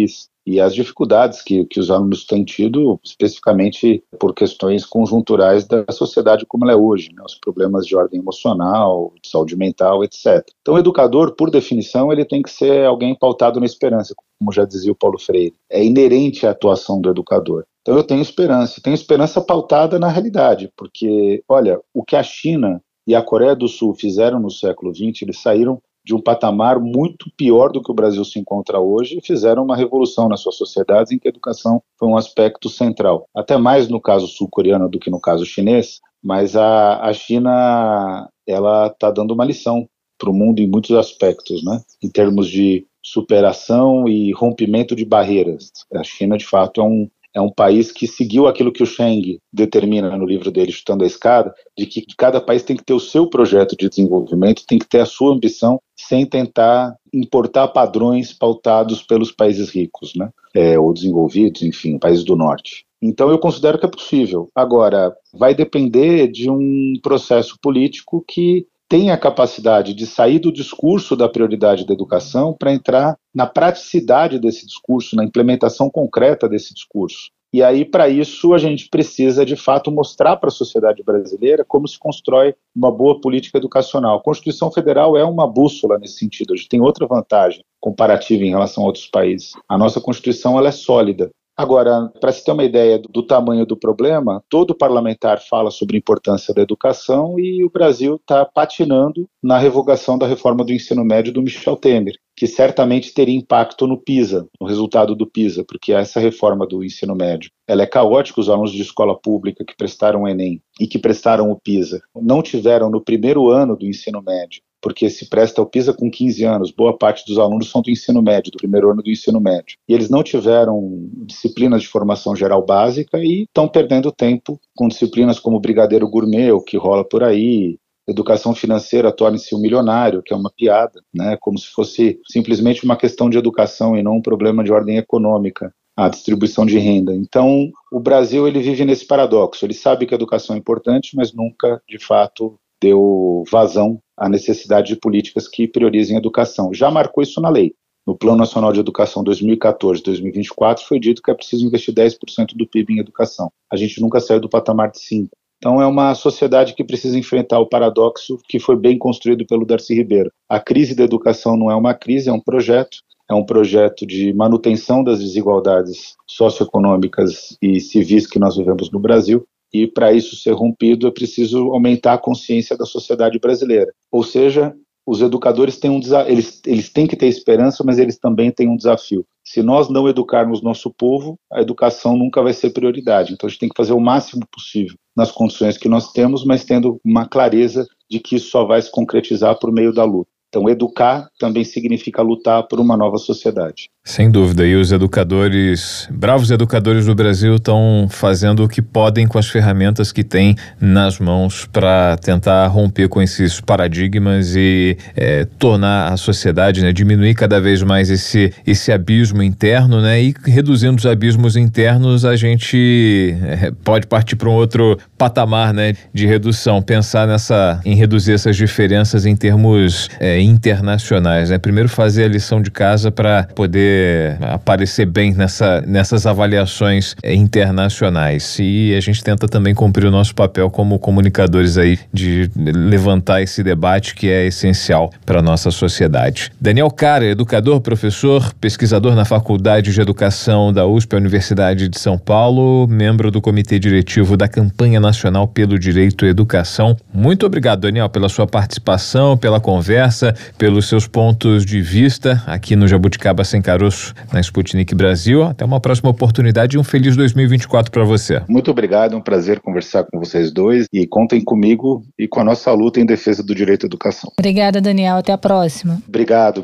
e as dificuldades que os alunos têm tido, especificamente por questões conjunturais da sociedade como ela é hoje, né? Os problemas de ordem emocional, de saúde mental, etc. Então, o educador, por definição, ele tem que ser alguém pautado na esperança, como já dizia o Paulo Freire. É inerente à atuação do educador. Então, eu tenho esperança pautada na realidade, porque, olha, o que a China e a Coreia do Sul fizeram no século XX, eles saíram de um patamar muito pior do que o Brasil se encontra hoje e fizeram uma revolução nas suas sociedades em que a educação foi um aspecto central. Até mais no caso sul-coreano do que no caso chinês, mas a China, ela está dando uma lição para o mundo em muitos aspectos, né? Em termos de superação e rompimento de barreiras. A China, de fato, é um país que seguiu aquilo que o Cheng determina no livro dele, Chutando a Escada, de que cada país tem que ter o seu projeto de desenvolvimento, tem que ter a sua ambição, sem tentar importar padrões pautados pelos países ricos, né? Ou desenvolvidos, enfim, países do norte. Então eu considero que é possível. Agora, vai depender de um processo político que tenha a capacidade de sair do discurso da prioridade da educação para entrar na praticidade desse discurso, na implementação concreta desse discurso. E aí, para isso, a gente precisa, de fato, mostrar para a sociedade brasileira como se constrói uma boa política educacional. A Constituição Federal é uma bússola nesse sentido. A gente tem outra vantagem comparativa em relação a outros países. A nossa Constituição ela é sólida. Agora, para se ter uma ideia do tamanho do problema, todo parlamentar fala sobre a importância da educação e o Brasil está patinando na revogação da reforma do ensino médio do Michel Temer, que certamente teria impacto no PISA, no resultado do PISA, porque essa reforma do ensino médio, ela é caótica. Os alunos de escola pública que prestaram o Enem e que prestaram o PISA não tiveram no primeiro ano do ensino médio, porque se presta o PISA com 15 anos, boa parte dos alunos são do ensino médio, do primeiro ano do ensino médio. E eles não tiveram disciplinas de formação geral básica e estão perdendo tempo com disciplinas como Brigadeiro Gourmet, o que rola por aí, educação financeira, torne-se um milionário, que é uma piada, né? Como se fosse simplesmente uma questão de educação e não um problema de ordem econômica, a distribuição de renda. Então, o Brasil ele vive nesse paradoxo. Ele sabe que a educação é importante, mas nunca, de fato, deu vazão à necessidade de políticas que priorizem a educação. Já marcou isso na lei. No Plano Nacional de Educação 2014-2024 foi dito que é preciso investir 10% do PIB em educação. A gente nunca saiu do patamar de 5%. Então é uma sociedade que precisa enfrentar o paradoxo que foi bem construído pelo Darcy Ribeiro. A crise da educação não é uma crise, é um projeto de manutenção das desigualdades socioeconômicas e civis que nós vivemos no Brasil. E para isso ser rompido é preciso aumentar a consciência da sociedade brasileira. Ou seja, os educadores têm eles têm que ter esperança, mas eles também têm um desafio. Se nós não educarmos nosso povo, a educação nunca vai ser prioridade. Então a gente tem que fazer o máximo possível nas condições que nós temos, mas tendo uma clareza de que isso só vai se concretizar por meio da luta. Então, educar também significa lutar por uma nova sociedade. Sem dúvida, e os bravos educadores do Brasil estão fazendo o que podem com as ferramentas que têm nas mãos para tentar romper com esses paradigmas e tornar a sociedade, né, diminuir cada vez mais esse abismo interno, né, e reduzindo os abismos internos, a gente pode partir para um outro patamar, né, de redução, pensar em reduzir essas diferenças em termos internacionais, né? Primeiro fazer a lição de casa para poder aparecer bem nessas avaliações internacionais, e a gente tenta também cumprir o nosso papel como comunicadores aí de levantar esse debate que é essencial para a nossa sociedade. Daniel Cara, educador, professor, pesquisador na Faculdade de Educação da USP, Universidade de São Paulo, membro do Comitê Diretivo da Campanha Nacional pelo Direito à Educação. Muito obrigado, Daniel, pela sua participação, pela conversa, pelos seus pontos de vista aqui no Jabuticaba Sem Caroço, na Sputnik Brasil. Até uma próxima oportunidade e um feliz 2024 para você. Muito obrigado, é um prazer conversar com vocês dois e contem comigo e com a nossa luta em defesa do direito à educação. Obrigada, Daniel. Até a próxima. Obrigado.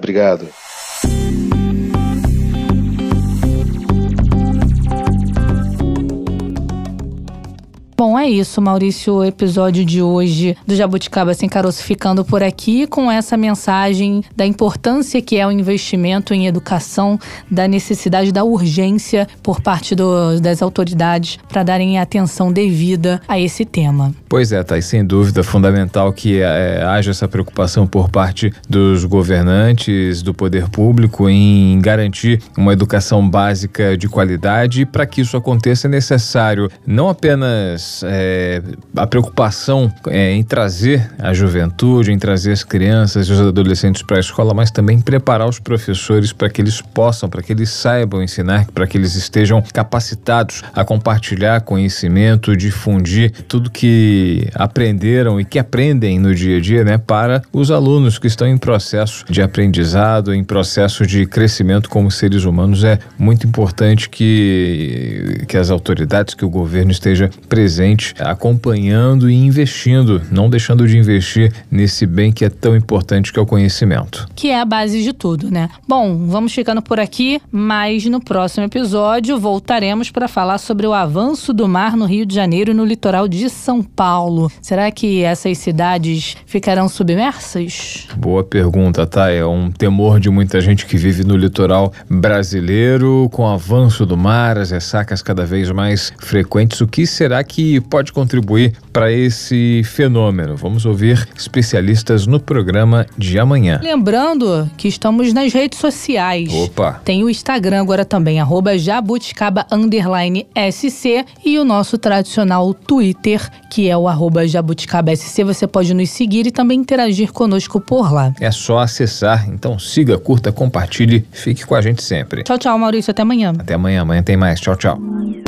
Bom, é isso, Maurício. O episódio de hoje do Jabuticaba Sem Caroço ficando por aqui com essa mensagem da importância que é o investimento em educação, da necessidade, da urgência por parte das autoridades para darem atenção devida a esse tema. Pois é, Thay, sem dúvida, fundamental que haja essa preocupação por parte dos governantes, do poder público em garantir uma educação básica de qualidade. E para que isso aconteça é necessário não apenas a preocupação em trazer a juventude, em trazer as crianças e os adolescentes para a escola, mas também preparar os professores para que eles possam, para que eles saibam ensinar, para que eles estejam capacitados a compartilhar conhecimento, difundir tudo que aprenderam e que aprendem no dia a dia, né, para os alunos que estão em processo de aprendizado, em processo de crescimento como seres humanos. É muito importante que as autoridades, que o governo esteja presente, acompanhando e investindo, não deixando de investir nesse bem que é tão importante, que é o conhecimento. Que é a base de tudo, né? Bom, vamos ficando por aqui, mas no próximo episódio voltaremos para falar sobre o avanço do mar no Rio de Janeiro e no litoral de São Paulo. Será que essas cidades ficarão submersas? Boa pergunta, tá? É um temor de muita gente que vive no litoral brasileiro, com o avanço do mar, as ressacas cada vez mais frequentes. O que será que pode contribuir para esse fenômeno? Vamos ouvir especialistas no programa de amanhã. Lembrando que estamos nas redes sociais. Opa! Tem o Instagram agora também, @jabuticaba_SC, e o nosso tradicional Twitter, que é o @jabuticabasc. Você pode nos seguir e também interagir conosco por lá. É só acessar, então siga, curta, compartilhe, fique com a gente sempre. Tchau, tchau, Maurício, até amanhã. Até amanhã, amanhã tem mais. Tchau, tchau.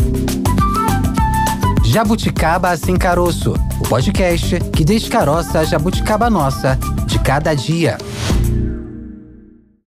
Jabuticaba Sem Caroço, o podcast que descaroça a jabuticaba nossa de cada dia.